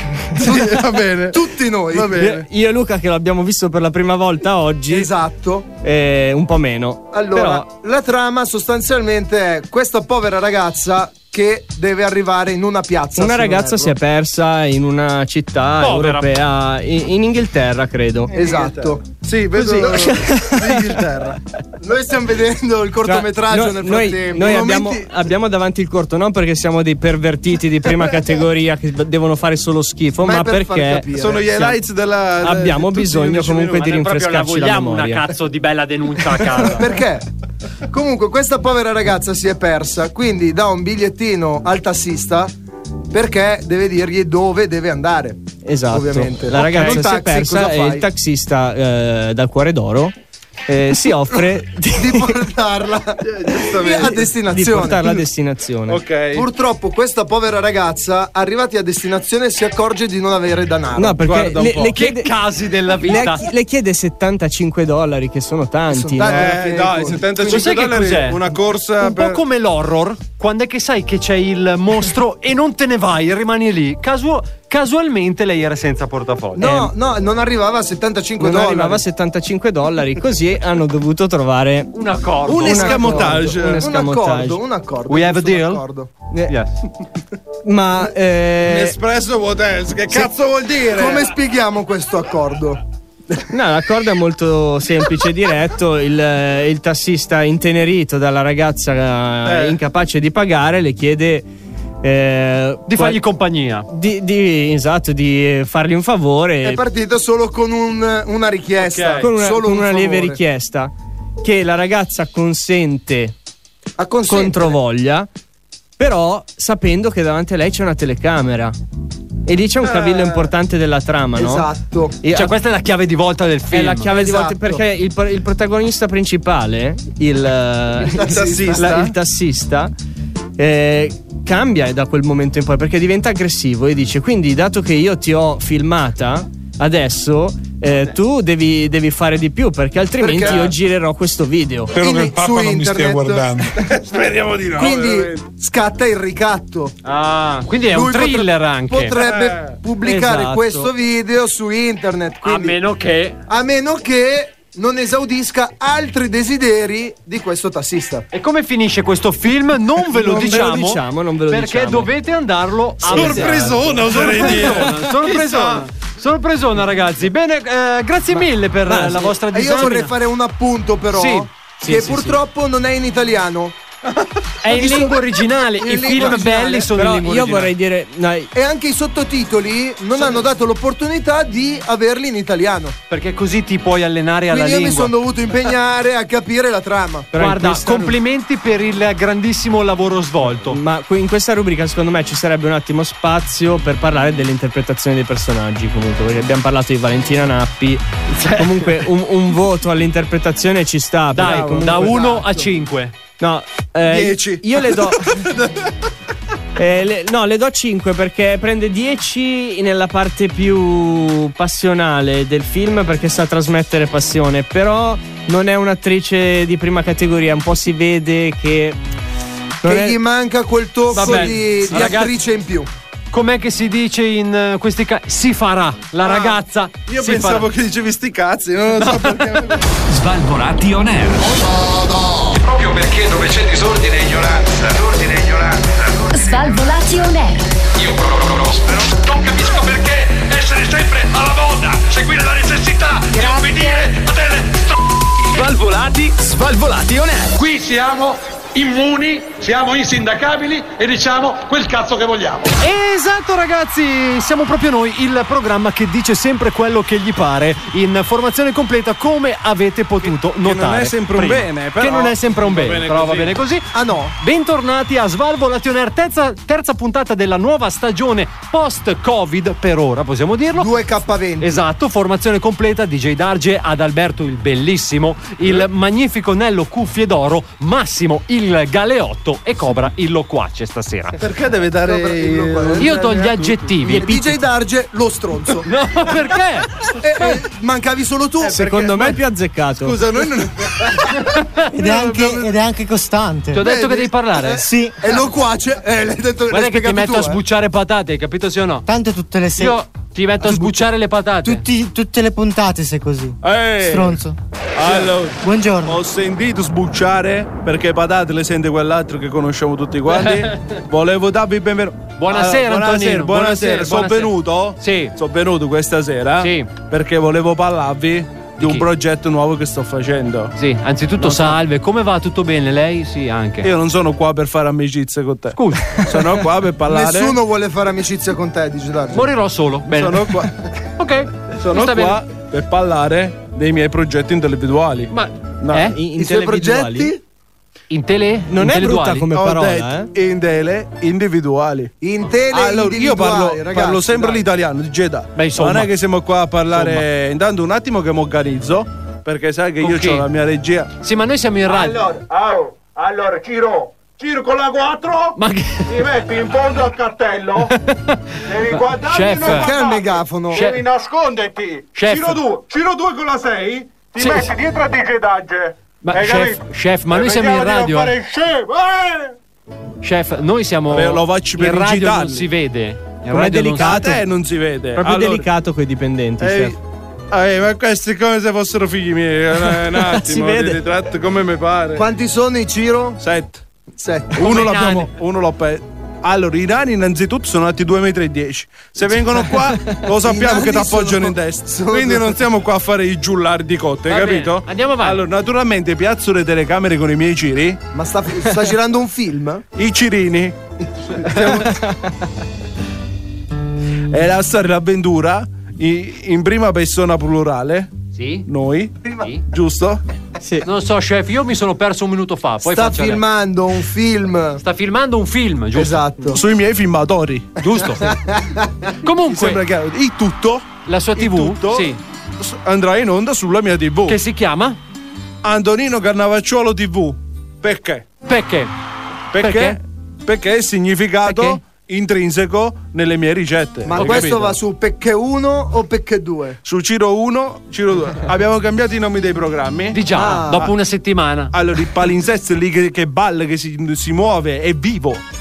[SPEAKER 7] Va bene.
[SPEAKER 9] Tutti noi.
[SPEAKER 7] Va bene.
[SPEAKER 18] Io e Luca che l'abbiamo visto per la prima volta oggi.
[SPEAKER 9] Esatto.
[SPEAKER 18] Un po' meno.
[SPEAKER 9] Allora, la trama sostanzialmente è questa povera ragazza che deve arrivare in una piazza.
[SPEAKER 18] Una ragazza si è persa in una città europea, in Inghilterra, credo.
[SPEAKER 9] Esatto.
[SPEAKER 7] Sì, vedo l'Inghilterra.
[SPEAKER 9] Noi stiamo vedendo il cortometraggio nel frattempo.
[SPEAKER 18] Noi abbiamo davanti il corto non perché siamo dei pervertiti di prima categoria che devono fare solo schifo, ma perché
[SPEAKER 7] sono gli highlights della.
[SPEAKER 18] Abbiamo bisogno comunque di rinfrescarci la memoria.
[SPEAKER 8] Una cazzo di bella denuncia a casa.
[SPEAKER 9] Perché? Comunque questa povera ragazza si è persa, quindi dà un bigliettino al tassista perché deve dirgli dove deve andare.
[SPEAKER 18] Esatto.
[SPEAKER 9] Ovviamente.
[SPEAKER 18] La ragazza si è persa e il taxista dal cuore d'oro si offre
[SPEAKER 9] di portarla a destinazione.
[SPEAKER 7] Ok.
[SPEAKER 9] Purtroppo questa povera ragazza, arrivati a destinazione, si accorge di non avere denaro.
[SPEAKER 18] No, perché le chiede,
[SPEAKER 8] che casi della vita.
[SPEAKER 18] Le chiede $75, che sono tanti.
[SPEAKER 7] Dai, $75 una corsa
[SPEAKER 8] un po' come l'horror, quando è che sai che c'è il mostro e non te ne vai, rimani lì. Casualmente lei era senza portafoglio.
[SPEAKER 9] No, non arrivava a $75.
[SPEAKER 18] Non arrivava a $75, così hanno dovuto trovare
[SPEAKER 8] un accordo.
[SPEAKER 7] Un escamotage.
[SPEAKER 9] Un accordo.
[SPEAKER 8] We have a deal?
[SPEAKER 18] Yes. Ma
[SPEAKER 7] un espresso what else? Che cazzo vuol dire?
[SPEAKER 9] Come spieghiamo questo accordo?
[SPEAKER 18] No, l'accordo è molto semplice e diretto. Il tassista, intenerito dalla ragazza incapace di pagare, le chiede
[SPEAKER 8] di fargli compagnia,
[SPEAKER 18] esatto, di fargli un favore.
[SPEAKER 9] È partito solo con una richiesta,
[SPEAKER 18] con una lieve richiesta che la ragazza consente controvoglia, però sapendo che davanti a lei c'è una telecamera. E lì c'è un cavillo importante della trama, no?
[SPEAKER 9] Esatto.
[SPEAKER 8] Cioè questa è la chiave di volta del film.
[SPEAKER 18] È la chiave di volta perché il protagonista principale, il tassista, cambia da quel momento in poi perché diventa aggressivo e dice: quindi dato che io ti ho filmata adesso tu devi fare di più perché altrimenti io girerò questo video.
[SPEAKER 4] Spero che il Papa non mi stia guardando.
[SPEAKER 7] Speriamo di no.
[SPEAKER 9] Quindi scatta il ricatto.
[SPEAKER 8] Quindi è un thriller anche.
[SPEAKER 9] Potrebbe pubblicare questo video su internet.
[SPEAKER 8] A meno che
[SPEAKER 9] non esaudisca altri desideri di questo tassista.
[SPEAKER 8] E come finisce questo film? Non ve lo diciamo, perché dovete andarlo a
[SPEAKER 7] sorpresona, oserei dire.
[SPEAKER 8] Sorpresona, ragazzi. Bene, grazie mille per la vostra disamina.
[SPEAKER 9] Io vorrei fare un appunto, però, che purtroppo non è in italiano.
[SPEAKER 8] È in lingua originale. I film belli sono in lingua originale. Io vorrei dire
[SPEAKER 9] e anche i sottotitoli non hanno dato l'opportunità di averli in italiano,
[SPEAKER 8] perché così ti puoi allenare alla lingua.
[SPEAKER 9] Quindi io mi sono dovuto impegnare a capire la trama.
[SPEAKER 8] Guarda, complimenti per il grandissimo lavoro svolto.
[SPEAKER 18] Ma in questa rubrica secondo me ci sarebbe un attimo spazio per parlare dell'interpretazione dei personaggi, comunque, perché abbiamo parlato di Valentina Nappi. Comunque un voto all'interpretazione ci sta.
[SPEAKER 8] Dai, da 1 a 5.
[SPEAKER 18] No,
[SPEAKER 9] 10.
[SPEAKER 18] Io le do le do 5 perché prende 10 nella parte più passionale del film, perché sa trasmettere passione, però non è un'attrice di prima categoria, un po' si vede che
[SPEAKER 9] gli manca quel tocco di attrice in più.
[SPEAKER 8] Com'è che si dice in questi casi? Si farà, la ragazza.
[SPEAKER 7] Io pensavo che dicevi sti cazzi, non lo so perché.
[SPEAKER 1] Svalvolati on air.
[SPEAKER 16] Proprio perché dove c'è disordine e ignoranza.
[SPEAKER 5] Svalvolati on air.
[SPEAKER 16] Io prospero. Non capisco perché essere sempre alla moda, seguire la necessità di obbedire a delle
[SPEAKER 1] Svalvolati on air.
[SPEAKER 16] Qui siamo immuni, siamo insindacabili e diciamo quel cazzo che vogliamo.
[SPEAKER 8] Esatto, ragazzi, siamo proprio noi, il programma che dice sempre quello che gli pare, in formazione completa, come avete potuto notare.
[SPEAKER 7] Che non è sempre un bene, però.
[SPEAKER 8] Che non è sempre un bene, però va bene così.
[SPEAKER 9] Ah no.
[SPEAKER 8] Bentornati a Svalvolati on air, terza puntata della nuova stagione post-Covid, per ora possiamo dirlo.
[SPEAKER 9] 2K20.
[SPEAKER 8] Esatto, formazione completa, DJ Darge, Adalberto il bellissimo, il magnifico Nello Cuffie d'Oro, Massimo il Galeotto e Cobra il Loquace stasera.
[SPEAKER 7] Perché deve dare
[SPEAKER 8] io do gli aggettivi.
[SPEAKER 9] DJ Darge lo stronzo.
[SPEAKER 8] No, perché?
[SPEAKER 9] Mancavi solo tu.
[SPEAKER 18] Secondo me è più azzeccato.
[SPEAKER 9] Scusa, noi non
[SPEAKER 11] ed è anche costante.
[SPEAKER 8] Ti ho detto che devi parlare?
[SPEAKER 11] Sì.
[SPEAKER 9] E Loquace l'hai detto.
[SPEAKER 8] Guarda che ti metto a sbucciare patate, hai capito sì o no?
[SPEAKER 11] Tanto tutte le sere.
[SPEAKER 8] Io ti metto a sbucciare le patate.
[SPEAKER 11] Tutte le puntate sei così. Stronzo.
[SPEAKER 7] Allora,
[SPEAKER 11] buongiorno.
[SPEAKER 7] Ho sentito sbucciare perché patate le sente quell'altro che conosciamo tutti quanti. Volevo darvi il benvenuto.
[SPEAKER 8] Buonasera, Antonino.
[SPEAKER 7] Buonasera. Sono venuto?
[SPEAKER 8] Sì.
[SPEAKER 7] Sono venuto questa sera.
[SPEAKER 8] Sì.
[SPEAKER 7] Perché volevo parlarvi di un progetto nuovo che sto facendo.
[SPEAKER 8] Sì, anzitutto salve, come va? Tutto bene? Lei? Sì, anche.
[SPEAKER 7] Io non sono qua per fare amicizia con te.
[SPEAKER 8] Scusa.
[SPEAKER 7] Sono qua per parlare.
[SPEAKER 9] Nessuno vuole fare amicizia con te, dici Darge.
[SPEAKER 8] Morirò solo. Bene.
[SPEAKER 7] Sono qua.
[SPEAKER 8] Ok.
[SPEAKER 7] Sono qua per parlare dei miei progetti intellettuali.
[SPEAKER 8] Ma
[SPEAKER 9] i suoi progetti?
[SPEAKER 18] Non è brutta come parola,
[SPEAKER 7] individuali.
[SPEAKER 9] Allora,
[SPEAKER 7] io parlo sempre l'italiano, non è che siamo qua a parlare. Intanto un attimo che mi organizzo, perché sai che io ho la mia regia.
[SPEAKER 8] Sì, ma noi siamo in radio.
[SPEAKER 16] Allora, Ciro con la 4.
[SPEAKER 8] Ma che...
[SPEAKER 16] ti metti in fondo al cartello. Devi guardare.
[SPEAKER 8] Chef,
[SPEAKER 9] che è il megafono?
[SPEAKER 16] Devi nasconderti. Ciro 2 con la 6. Ti metti dietro a DJ Darge.
[SPEAKER 8] Ma chef, ma noi siamo in radio. Chef, noi siamo
[SPEAKER 7] lo faccio per
[SPEAKER 8] in radio,
[SPEAKER 7] digitale.
[SPEAKER 8] non si vede.
[SPEAKER 18] Com'è delicato?
[SPEAKER 7] Non si vede.
[SPEAKER 18] Proprio delicato coi dipendenti, chef.
[SPEAKER 7] Ma questi è come se fossero figli miei. Un attimo,
[SPEAKER 18] si vede.
[SPEAKER 7] Li tratto come mi pare.
[SPEAKER 9] Quanti sono i Ciro?
[SPEAKER 7] 7.
[SPEAKER 9] Uno
[SPEAKER 7] l'ho Allora, i nani innanzitutto sono alti 2,10 m. Se vengono qua, lo sappiamo che ti appoggiano in testa. Quindi non stiamo qua a fare i giullari di cotte, hai capito?
[SPEAKER 8] Bene. Andiamo avanti.
[SPEAKER 7] Allora, naturalmente piazzo le telecamere con i miei ciri.
[SPEAKER 9] Ma sta girando un film?
[SPEAKER 7] I cirini. E la storia l'avventura in prima persona plurale.
[SPEAKER 8] Sì.
[SPEAKER 7] Noi.
[SPEAKER 8] Sì.
[SPEAKER 7] Giusto?
[SPEAKER 8] Sì. Non so, chef, io mi sono perso un minuto fa. Poi
[SPEAKER 9] sta filmando un film.
[SPEAKER 8] Sta filmando un film, giusto?
[SPEAKER 9] Esatto.
[SPEAKER 7] Sui miei filmatori.
[SPEAKER 8] Giusto. Comunque,
[SPEAKER 7] sembra chiaro. Il tutto.
[SPEAKER 8] La sua TV sì.
[SPEAKER 7] Andrà in onda sulla mia TV.
[SPEAKER 8] Che si chiama?
[SPEAKER 7] Antonino Cannavacciuolo TV. Perché?
[SPEAKER 8] Perché
[SPEAKER 7] è il significato intrinseco nelle mie ricette.
[SPEAKER 9] Ma questo va su Pecche 1 o Pecche 2?
[SPEAKER 7] Su Ciro 1, Ciro 2. Abbiamo cambiato i nomi dei programmi.
[SPEAKER 8] Di già, dopo una settimana.
[SPEAKER 7] Allora, il palinsesto lì che balla, che si muove, è vivo.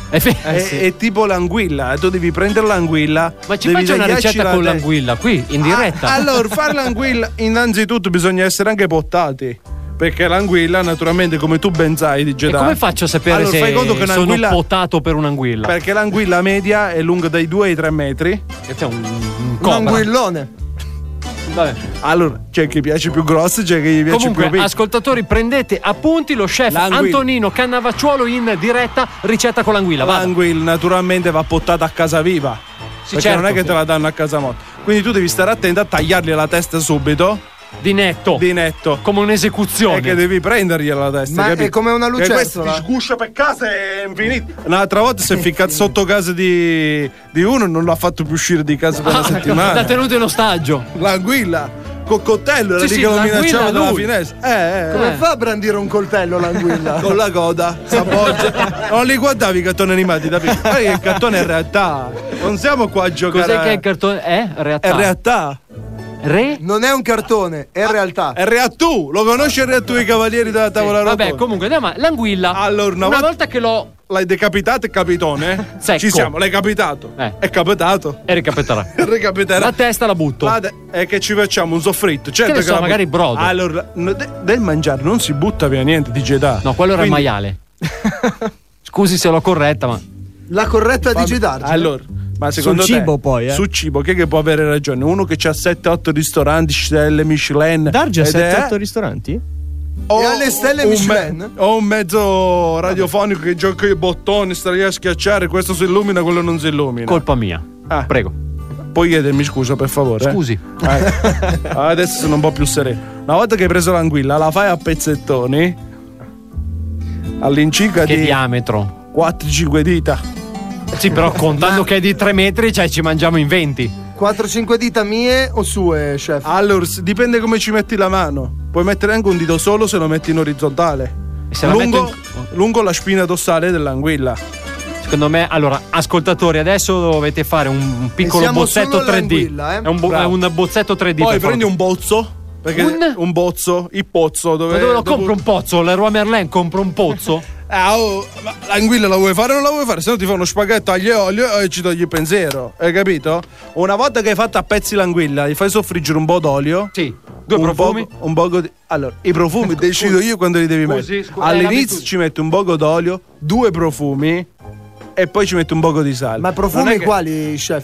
[SPEAKER 7] È tipo l'anguilla, tu devi prendere l'anguilla.
[SPEAKER 19] Ma ci faccia una ricetta con l'anguilla qui in diretta?
[SPEAKER 7] Allora, fare l'anguilla innanzitutto bisogna essere anche portati. Perché l'anguilla, naturalmente, come tu ben sai, di Jedi.
[SPEAKER 19] E come faccio a sapere se fai conto che sono potato per un'anguilla?
[SPEAKER 7] Perché l'anguilla media è lunga dai 2 ai 3 metri.
[SPEAKER 19] Che è un
[SPEAKER 9] anguillone.
[SPEAKER 7] Vabbè. Allora, c'è chi piace più grosso, c'è chi piace
[SPEAKER 19] Comunque,
[SPEAKER 7] più piccolo.
[SPEAKER 19] Ascoltatori, prendete appunti. Lo chef Antonino Cannavacciuolo in diretta, ricetta con l'anguilla.
[SPEAKER 7] L'anguilla naturalmente va portata a casa viva. Perché certo, non è che te la danno a casa morta. Quindi tu devi stare attento a tagliargli la testa subito.
[SPEAKER 19] Di netto.
[SPEAKER 7] Come
[SPEAKER 19] un'esecuzione.
[SPEAKER 7] E che devi prendergliela la testa.
[SPEAKER 9] Ma
[SPEAKER 7] capito?
[SPEAKER 9] è come una lucertola.
[SPEAKER 7] Questo ti sguscia per casa è infinito. Un'altra volta si è ficcato sotto casa di uno, non l'ha fatto più uscire di casa per una settimana.
[SPEAKER 19] L'ha tenuto in ostaggio.
[SPEAKER 7] L'anguilla. Col coltello, era lì che lo minacciava dalla finestra.
[SPEAKER 9] Come fa a brandire un coltello l'anguilla?
[SPEAKER 7] Con la coda, s'appoggia. Non li guardavi i cartoni animati da piccolo. Guarda che il cartone è realtà. Non siamo qua a giocare.
[SPEAKER 19] Cos'è che è il cartone? È realtà.
[SPEAKER 7] È realtà.
[SPEAKER 9] Non è un cartone, è realtà.
[SPEAKER 7] È Reattù, lo conosci il Reattù, i cavalieri della tavola rotonda?
[SPEAKER 19] Vabbè, comunque, l'anguilla.
[SPEAKER 7] Allora, una volta che l'hai decapitato, è capitone?
[SPEAKER 19] Secco.
[SPEAKER 7] Ci siamo, l'hai capitato. È capitato.
[SPEAKER 19] E ricapiterà.
[SPEAKER 7] Ricapiterà.
[SPEAKER 19] La testa la butto.
[SPEAKER 7] E che ci facciamo un soffritto. Certo
[SPEAKER 19] che so, magari brodo.
[SPEAKER 7] Allora, del mangiare non si butta via niente di Jedi.
[SPEAKER 19] No, quello era il maiale. Scusi se l'ho corretta, ma.
[SPEAKER 9] La corretta di Jedi.
[SPEAKER 7] Allora. Ma secondo
[SPEAKER 18] sul cibo poi,
[SPEAKER 7] sul cibo, chi è che può avere ragione? Uno che ha 7-8 ristoranti, stelle Michelin.
[SPEAKER 18] Darge ha 7-8 ristoranti?
[SPEAKER 9] O alle stelle Michelin?
[SPEAKER 7] O un mezzo radiofonico che gioca i bottoni, sta lì a schiacciare, questo si illumina, quello non si illumina.
[SPEAKER 19] Colpa mia. Prego.
[SPEAKER 7] Puoi chiedermi scusa, per favore?
[SPEAKER 19] Scusi.
[SPEAKER 7] Adesso sono un po' più sereno. Una volta che hai preso l'anguilla, la fai a pezzettoni. All'incirca
[SPEAKER 19] di diametro?
[SPEAKER 7] 4-5 dita.
[SPEAKER 19] Sì, però contando che è di 3 metri, cioè ci mangiamo in 20.
[SPEAKER 9] 4-5 dita mie o sue, chef?
[SPEAKER 7] Allora, dipende come ci metti la mano. Puoi mettere anche un dito solo se lo metti in orizzontale.
[SPEAKER 19] E se
[SPEAKER 7] lungo la spina dorsale dell'anguilla.
[SPEAKER 19] Secondo me, allora, ascoltatori, adesso dovete fare un piccolo bozzetto 3D. È un bozzetto 3D.
[SPEAKER 7] Poi prendi un bozzo. Perché un bozzo, il pozzo.
[SPEAKER 19] Ma dove lo compro un pozzo? Leroy Merlin compra un pozzo?
[SPEAKER 7] Ma l'anguilla la vuoi fare o non la vuoi fare? Se no ti fa uno spaghetto aglio e olio e ci togli il pensiero. Hai capito? Una volta che hai fatto a pezzi l'anguilla, gli fai soffriggere un po' d'olio.
[SPEAKER 19] Sì. 2 profumi.
[SPEAKER 7] Un poco di. Allora, i profumi decido io quando li devi mettere. All'inizio ci metti un poco d'olio, 2 profumi e poi ci metti un poco di sale.
[SPEAKER 9] Ma profumi quali, chef?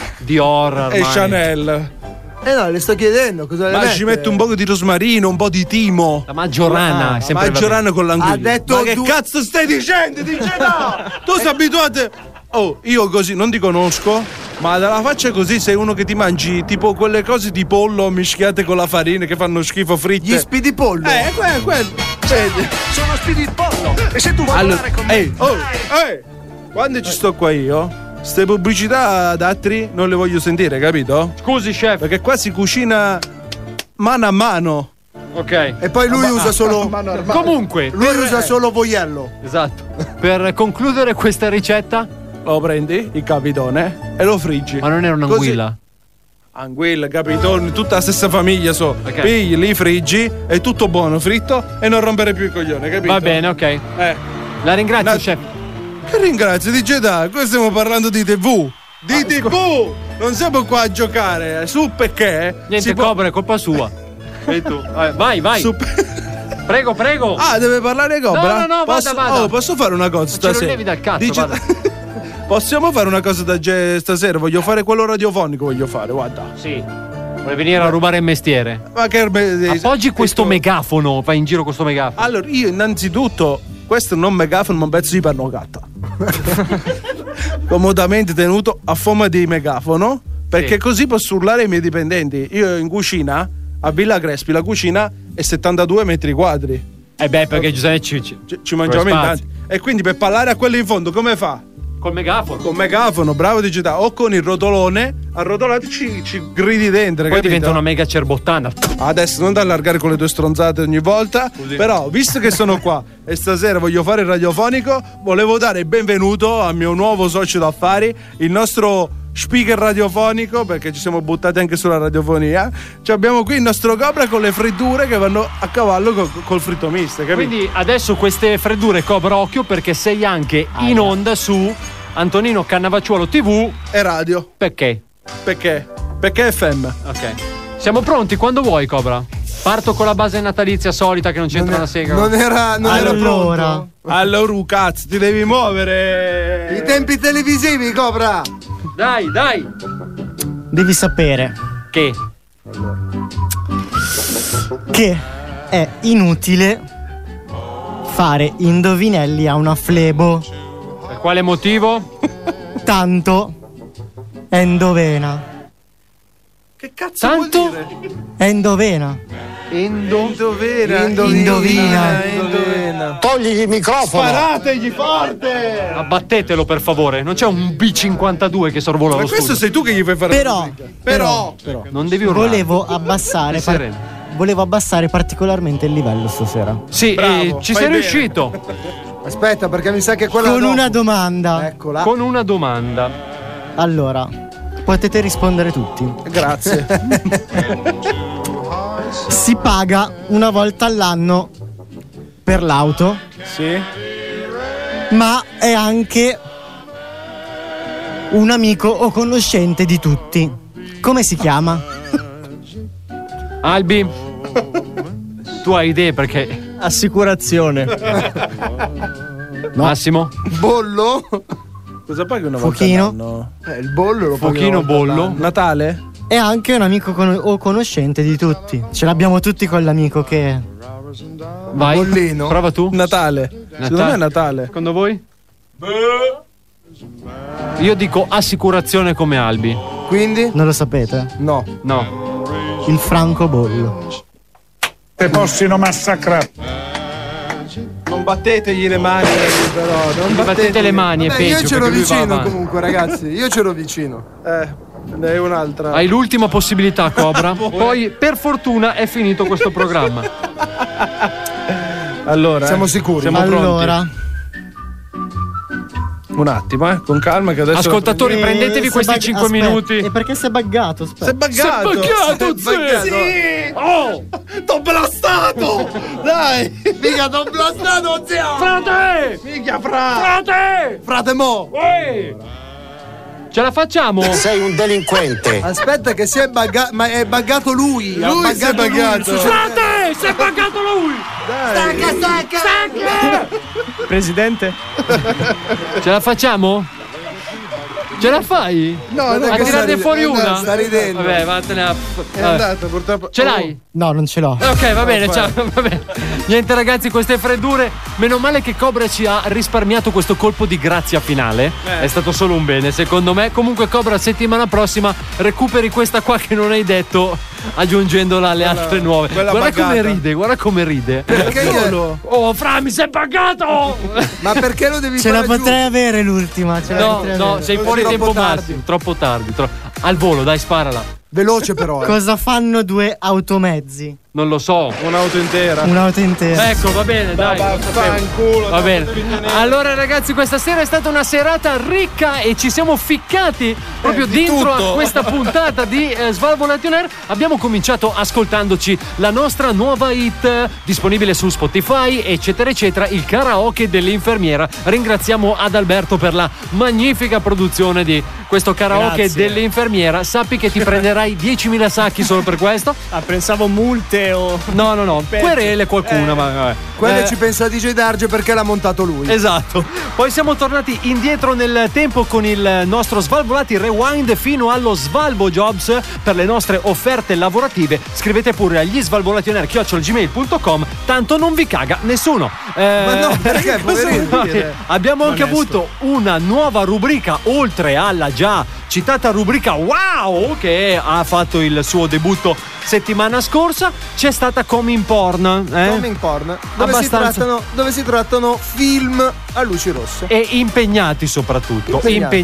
[SPEAKER 19] Dior
[SPEAKER 7] e Chanel.
[SPEAKER 9] No, le sto chiedendo cosa le mette.
[SPEAKER 7] Ci metto un po' di rosmarino, un po' di timo.
[SPEAKER 19] La maggiorana,
[SPEAKER 7] sempre maggiorana con l'anguilla.
[SPEAKER 9] Ha detto
[SPEAKER 7] ma che cazzo stai dicendo? Dice no! Tu sei abituato. Oh, io così non ti conosco, ma dalla faccia così sei uno che ti mangi tipo quelle cose di pollo mischiate con la farina che fanno schifo fritte.
[SPEAKER 9] Gli spidipollo.
[SPEAKER 7] Quello.
[SPEAKER 16] Sono spidipollo. E se tu vuoi parlare con me.
[SPEAKER 7] Quando ci sto qua io, ste pubblicità d'altri non le voglio sentire, capito?
[SPEAKER 19] Scusi, chef.
[SPEAKER 7] Perché qua si cucina mano a mano.
[SPEAKER 19] Ok.
[SPEAKER 9] E poi lui usa solo.
[SPEAKER 19] Comunque,
[SPEAKER 9] lui usa solo voiello.
[SPEAKER 19] Esatto. Per concludere questa ricetta,
[SPEAKER 7] lo prendi il capitone e lo friggi.
[SPEAKER 19] Ma non era un'anguilla?
[SPEAKER 7] Così. Anguilla, capitone, tutta la stessa famiglia so. Okay. Pigli, li friggi, è tutto buono, fritto e non rompere più il coglione, capito?
[SPEAKER 19] Va bene, ok. La ringrazio, chef.
[SPEAKER 7] Che ringrazio di Jedi, qua stiamo parlando di TV. Di TV! Non siamo qua a giocare, su perché?
[SPEAKER 19] Niente, Cobra, è colpa sua. E tu? Vai. Prego.
[SPEAKER 7] Deve parlare Cobra?
[SPEAKER 19] No, vada.
[SPEAKER 7] Posso fare una cosa stasera?
[SPEAKER 19] Ce lo levi dal cazzo, vada.
[SPEAKER 7] Possiamo fare una cosa stasera? Voglio fare quello radiofonico, guarda.
[SPEAKER 19] Sì. Vuoi venire a rubare il mestiere?
[SPEAKER 7] Ma che
[SPEAKER 19] appoggi questo megafono, fai in giro con questo megafono.
[SPEAKER 7] Allora, io innanzitutto, questo non megafono, ma un pezzo di pannocatta. Comodamente tenuto a forma di megafono, perché così posso urlare ai miei dipendenti. Io in cucina, a Villa Crespi, la cucina è 72 metri quadri.
[SPEAKER 19] Perché Giuseppe
[SPEAKER 7] ci mangiamo in tanti. E quindi per parlare a quelli in fondo, come fa?
[SPEAKER 19] Col megafono.
[SPEAKER 7] Con megafono, bravo digitale. O con il rotolone, arrotolato ci gridi dentro.
[SPEAKER 19] Poi diventa una mega cerbottana.
[SPEAKER 7] Adesso non da allargare con le tue stronzate ogni volta. Così. Però, visto che sono qua e stasera voglio fare il radiofonico, volevo dare il benvenuto al mio nuovo socio d'affari, il nostro speaker radiofonico, perché ci siamo buttati anche sulla radiofonia. Abbiamo qui il nostro Cobra con le freddure che vanno a cavallo col fritto misto, capito?
[SPEAKER 19] Quindi adesso queste freddure, Cobra, occhio, perché sei anche in onda su Antonino Cannavacciuolo TV
[SPEAKER 7] e radio.
[SPEAKER 19] Perché?
[SPEAKER 7] Perché FM.
[SPEAKER 19] Ok. Siamo pronti quando vuoi, Cobra. Parto con la base natalizia solita che non c'entra una sega.
[SPEAKER 9] Non era pronto.
[SPEAKER 7] Allora, cazzo, ti devi muovere.
[SPEAKER 9] I tempi televisivi, Cobra.
[SPEAKER 19] Dai.
[SPEAKER 11] Devi sapere
[SPEAKER 19] che
[SPEAKER 11] è inutile fare indovinelli a una flebo.
[SPEAKER 19] Per quale motivo?
[SPEAKER 11] Tanto è indovena.
[SPEAKER 7] Che cazzo vuol dire?
[SPEAKER 11] È indovena.
[SPEAKER 9] Indovina.
[SPEAKER 10] Togli il microfono.
[SPEAKER 7] Sparategli forte.
[SPEAKER 19] Abbattetelo, per favore. Non c'è un B52 che sorvola lo studio.
[SPEAKER 7] Ma questo sei tu che gli fai fare
[SPEAKER 11] Però
[SPEAKER 19] non devi urlare.
[SPEAKER 11] Volevo abbassare particolarmente il livello stasera.
[SPEAKER 19] Sì, ci sei riuscito.
[SPEAKER 9] Aspetta, perché mi sa che quella
[SPEAKER 11] Con una domanda.
[SPEAKER 9] Eccola.
[SPEAKER 19] Con una domanda.
[SPEAKER 11] Allora, potete rispondere tutti.
[SPEAKER 7] Grazie.
[SPEAKER 11] Si paga una volta all'anno per l'auto.
[SPEAKER 7] Sì.
[SPEAKER 11] Ma è anche un amico o conoscente di tutti. Come si chiama?
[SPEAKER 19] Albi, tu hai idee perché...
[SPEAKER 18] Assicurazione.
[SPEAKER 19] No. Massimo?
[SPEAKER 9] Bollo?
[SPEAKER 7] Cosa paghi una
[SPEAKER 11] Fuochino?
[SPEAKER 7] volta all'anno?
[SPEAKER 9] Il bollo lo paghi.
[SPEAKER 19] Fuochino, bollo.
[SPEAKER 7] Natale?
[SPEAKER 11] È anche un amico o conoscente di tutti. Ce l'abbiamo tutti con l'amico che...
[SPEAKER 19] Vai,
[SPEAKER 9] Bollino.
[SPEAKER 19] Prova tu.
[SPEAKER 7] Natale. Secondo me è Natale.
[SPEAKER 19] Secondo voi? Io dico assicurazione come Albi.
[SPEAKER 9] Quindi?
[SPEAKER 11] Non lo sapete?
[SPEAKER 9] No.
[SPEAKER 11] Il francobollo.
[SPEAKER 10] Te possino massacrare.
[SPEAKER 7] Non battetegli le mani, però. Non
[SPEAKER 19] battete le mani, è peggio.
[SPEAKER 9] Io c'ero vicino comunque, ragazzi. Io c'ero vicino.
[SPEAKER 7] Ne hai un'altra.
[SPEAKER 19] Hai l'ultima possibilità, Cobra. Poi, per fortuna, è finito questo programma.
[SPEAKER 7] Allora,
[SPEAKER 9] siamo sicuri?
[SPEAKER 7] Siamo
[SPEAKER 11] pronti?
[SPEAKER 7] Un attimo, con calma, che adesso.
[SPEAKER 19] Ascoltatori, prendetevi questi 5 minuti.
[SPEAKER 11] E perché sei buggato?
[SPEAKER 7] Sei buggato,
[SPEAKER 19] sì!
[SPEAKER 7] Oh! T'ho blastato! Dai!
[SPEAKER 9] Mica t'ho blastato, zio!
[SPEAKER 19] Frate!
[SPEAKER 7] Mica frate!
[SPEAKER 9] Frate mo!
[SPEAKER 19] Ce la facciamo?
[SPEAKER 10] Sei un delinquente.
[SPEAKER 9] Aspetta che si è buggato, ma è buggato lui.
[SPEAKER 7] Lui si è buggato.
[SPEAKER 19] Frate! Si è buggato lui!
[SPEAKER 9] Stacca!
[SPEAKER 18] Presidente?
[SPEAKER 19] Ce la facciamo? Ce la fai?
[SPEAKER 7] No,
[SPEAKER 19] a tirarne fuori una?
[SPEAKER 9] Sta ridendo.
[SPEAKER 19] Vabbè, vattene a...
[SPEAKER 7] È andata, purtroppo.
[SPEAKER 19] Ce l'hai?
[SPEAKER 11] No, non ce l'ho.
[SPEAKER 19] Ok, va bene, ciao. Va bene. Niente, ragazzi, queste freddure. Meno male che Cobra ci ha risparmiato questo colpo di grazia finale. È stato solo un bene, secondo me. Comunque, Cobra, settimana prossima recuperi questa qua che non hai detto, aggiungendola alle altre nuove. Guarda come ride,
[SPEAKER 9] Perché io...
[SPEAKER 19] Oh, Fra, mi sei pagato!
[SPEAKER 9] Ma perché lo devi
[SPEAKER 11] Ce
[SPEAKER 9] fare
[SPEAKER 11] la potrei avere l'ultima.
[SPEAKER 19] No, sei fuori tempo massimo. Troppo tardi. Al volo, dai, sparala.
[SPEAKER 9] Veloce però.
[SPEAKER 11] Cosa fanno due automezzi?
[SPEAKER 19] Non lo so.
[SPEAKER 7] Un'auto intera.
[SPEAKER 19] Ecco, va bene, dai. Va bene. Allora, ragazzi, questa sera è stata una serata ricca e ci siamo ficcati proprio dentro a questa puntata di Svalvolation Air. Abbiamo cominciato ascoltandoci la nostra nuova hit disponibile su Spotify, eccetera, eccetera, il karaoke dell'infermiera. Ringraziamo Adalberto per la magnifica produzione di questo karaoke dell'infermiera. Sappi che ti prenderai 10.000 sacchi solo per questo.
[SPEAKER 18] Pensavo multe o...
[SPEAKER 19] No. Querele qualcuna, ma vabbè.
[SPEAKER 9] Quelle ci pensa DJ Darge perché l'ha montato lui.
[SPEAKER 19] Esatto. Poi siamo tornati indietro nel tempo con il nostro Svalvolati Rewind fino allo Svalvo Jobs per le nostre offerte lavorative. Scrivete pure agli svalvolationer@gmail.com, tanto non vi caga nessuno.
[SPEAKER 9] Ma no, perché?
[SPEAKER 19] Abbiamo anche avuto una nuova rubrica oltre alla già citata rubrica Wow, che ha fatto il suo debutto settimana scorsa. C'è stata Coming Porn,
[SPEAKER 9] Coming Porn, dove si trattano film a luci rosse
[SPEAKER 19] e impegnati, soprattutto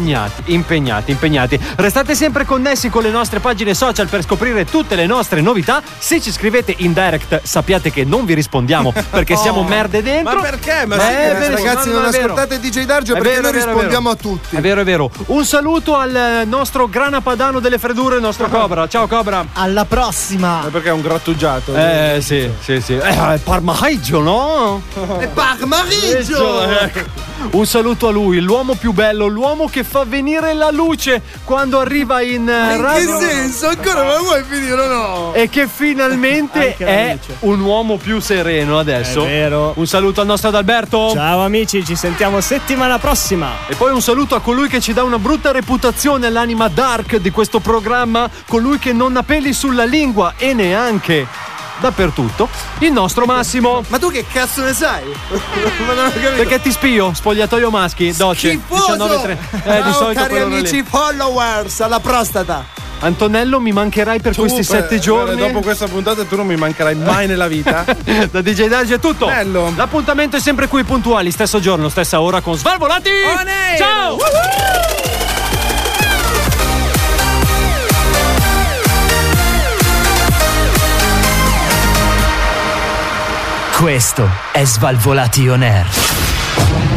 [SPEAKER 19] impegnati. Restate sempre connessi con le nostre pagine social per scoprire tutte le nostre novità. Se ci scrivete in direct sappiate che non vi rispondiamo perché siamo merde dentro.
[SPEAKER 7] Ma perché?
[SPEAKER 9] Ragazzi, non ascoltate DJ Darge perché noi rispondiamo a tutti.
[SPEAKER 19] È vero. Un saluto al
[SPEAKER 8] il nostro grana padano delle freddure, il nostro Cobra. Ciao Cobra.
[SPEAKER 11] Alla prossima.
[SPEAKER 7] Perché è un grattugiato.
[SPEAKER 8] Sì. Parmaggio, no?
[SPEAKER 9] È Parmaggio.
[SPEAKER 8] Un saluto a lui, l'uomo più bello, l'uomo che fa venire la luce quando arriva in radio.
[SPEAKER 9] In che senso? Ancora la vuoi finire o no?
[SPEAKER 8] E che finalmente è un uomo più sereno adesso.
[SPEAKER 18] È vero.
[SPEAKER 8] Un saluto al nostro Adalberto.
[SPEAKER 18] Ciao amici, ci sentiamo settimana prossima.
[SPEAKER 8] E poi un saluto a colui che ci dà una brutta reputazione, all'anima dark di questo programma, colui che non ha peli sulla lingua e neanche dappertutto, il nostro Massimo.
[SPEAKER 9] Ma tu che cazzo ne sai?
[SPEAKER 8] Perché ti spio, spogliatoio maschi, Doce.
[SPEAKER 9] Schifoso!
[SPEAKER 8] 19-3.
[SPEAKER 9] Di solito cari amici followers, alla prostata.
[SPEAKER 8] Antonello, mi mancherai per questi 7 giorni.
[SPEAKER 7] Dopo questa puntata tu non mi mancherai mai nella vita.
[SPEAKER 8] Da DJ Darge è tutto.
[SPEAKER 7] Bello.
[SPEAKER 8] L'appuntamento è sempre qui, puntuali, stesso giorno, stessa ora con Svalvolati. Ciao!
[SPEAKER 6] Questo è Svalvolati On Air.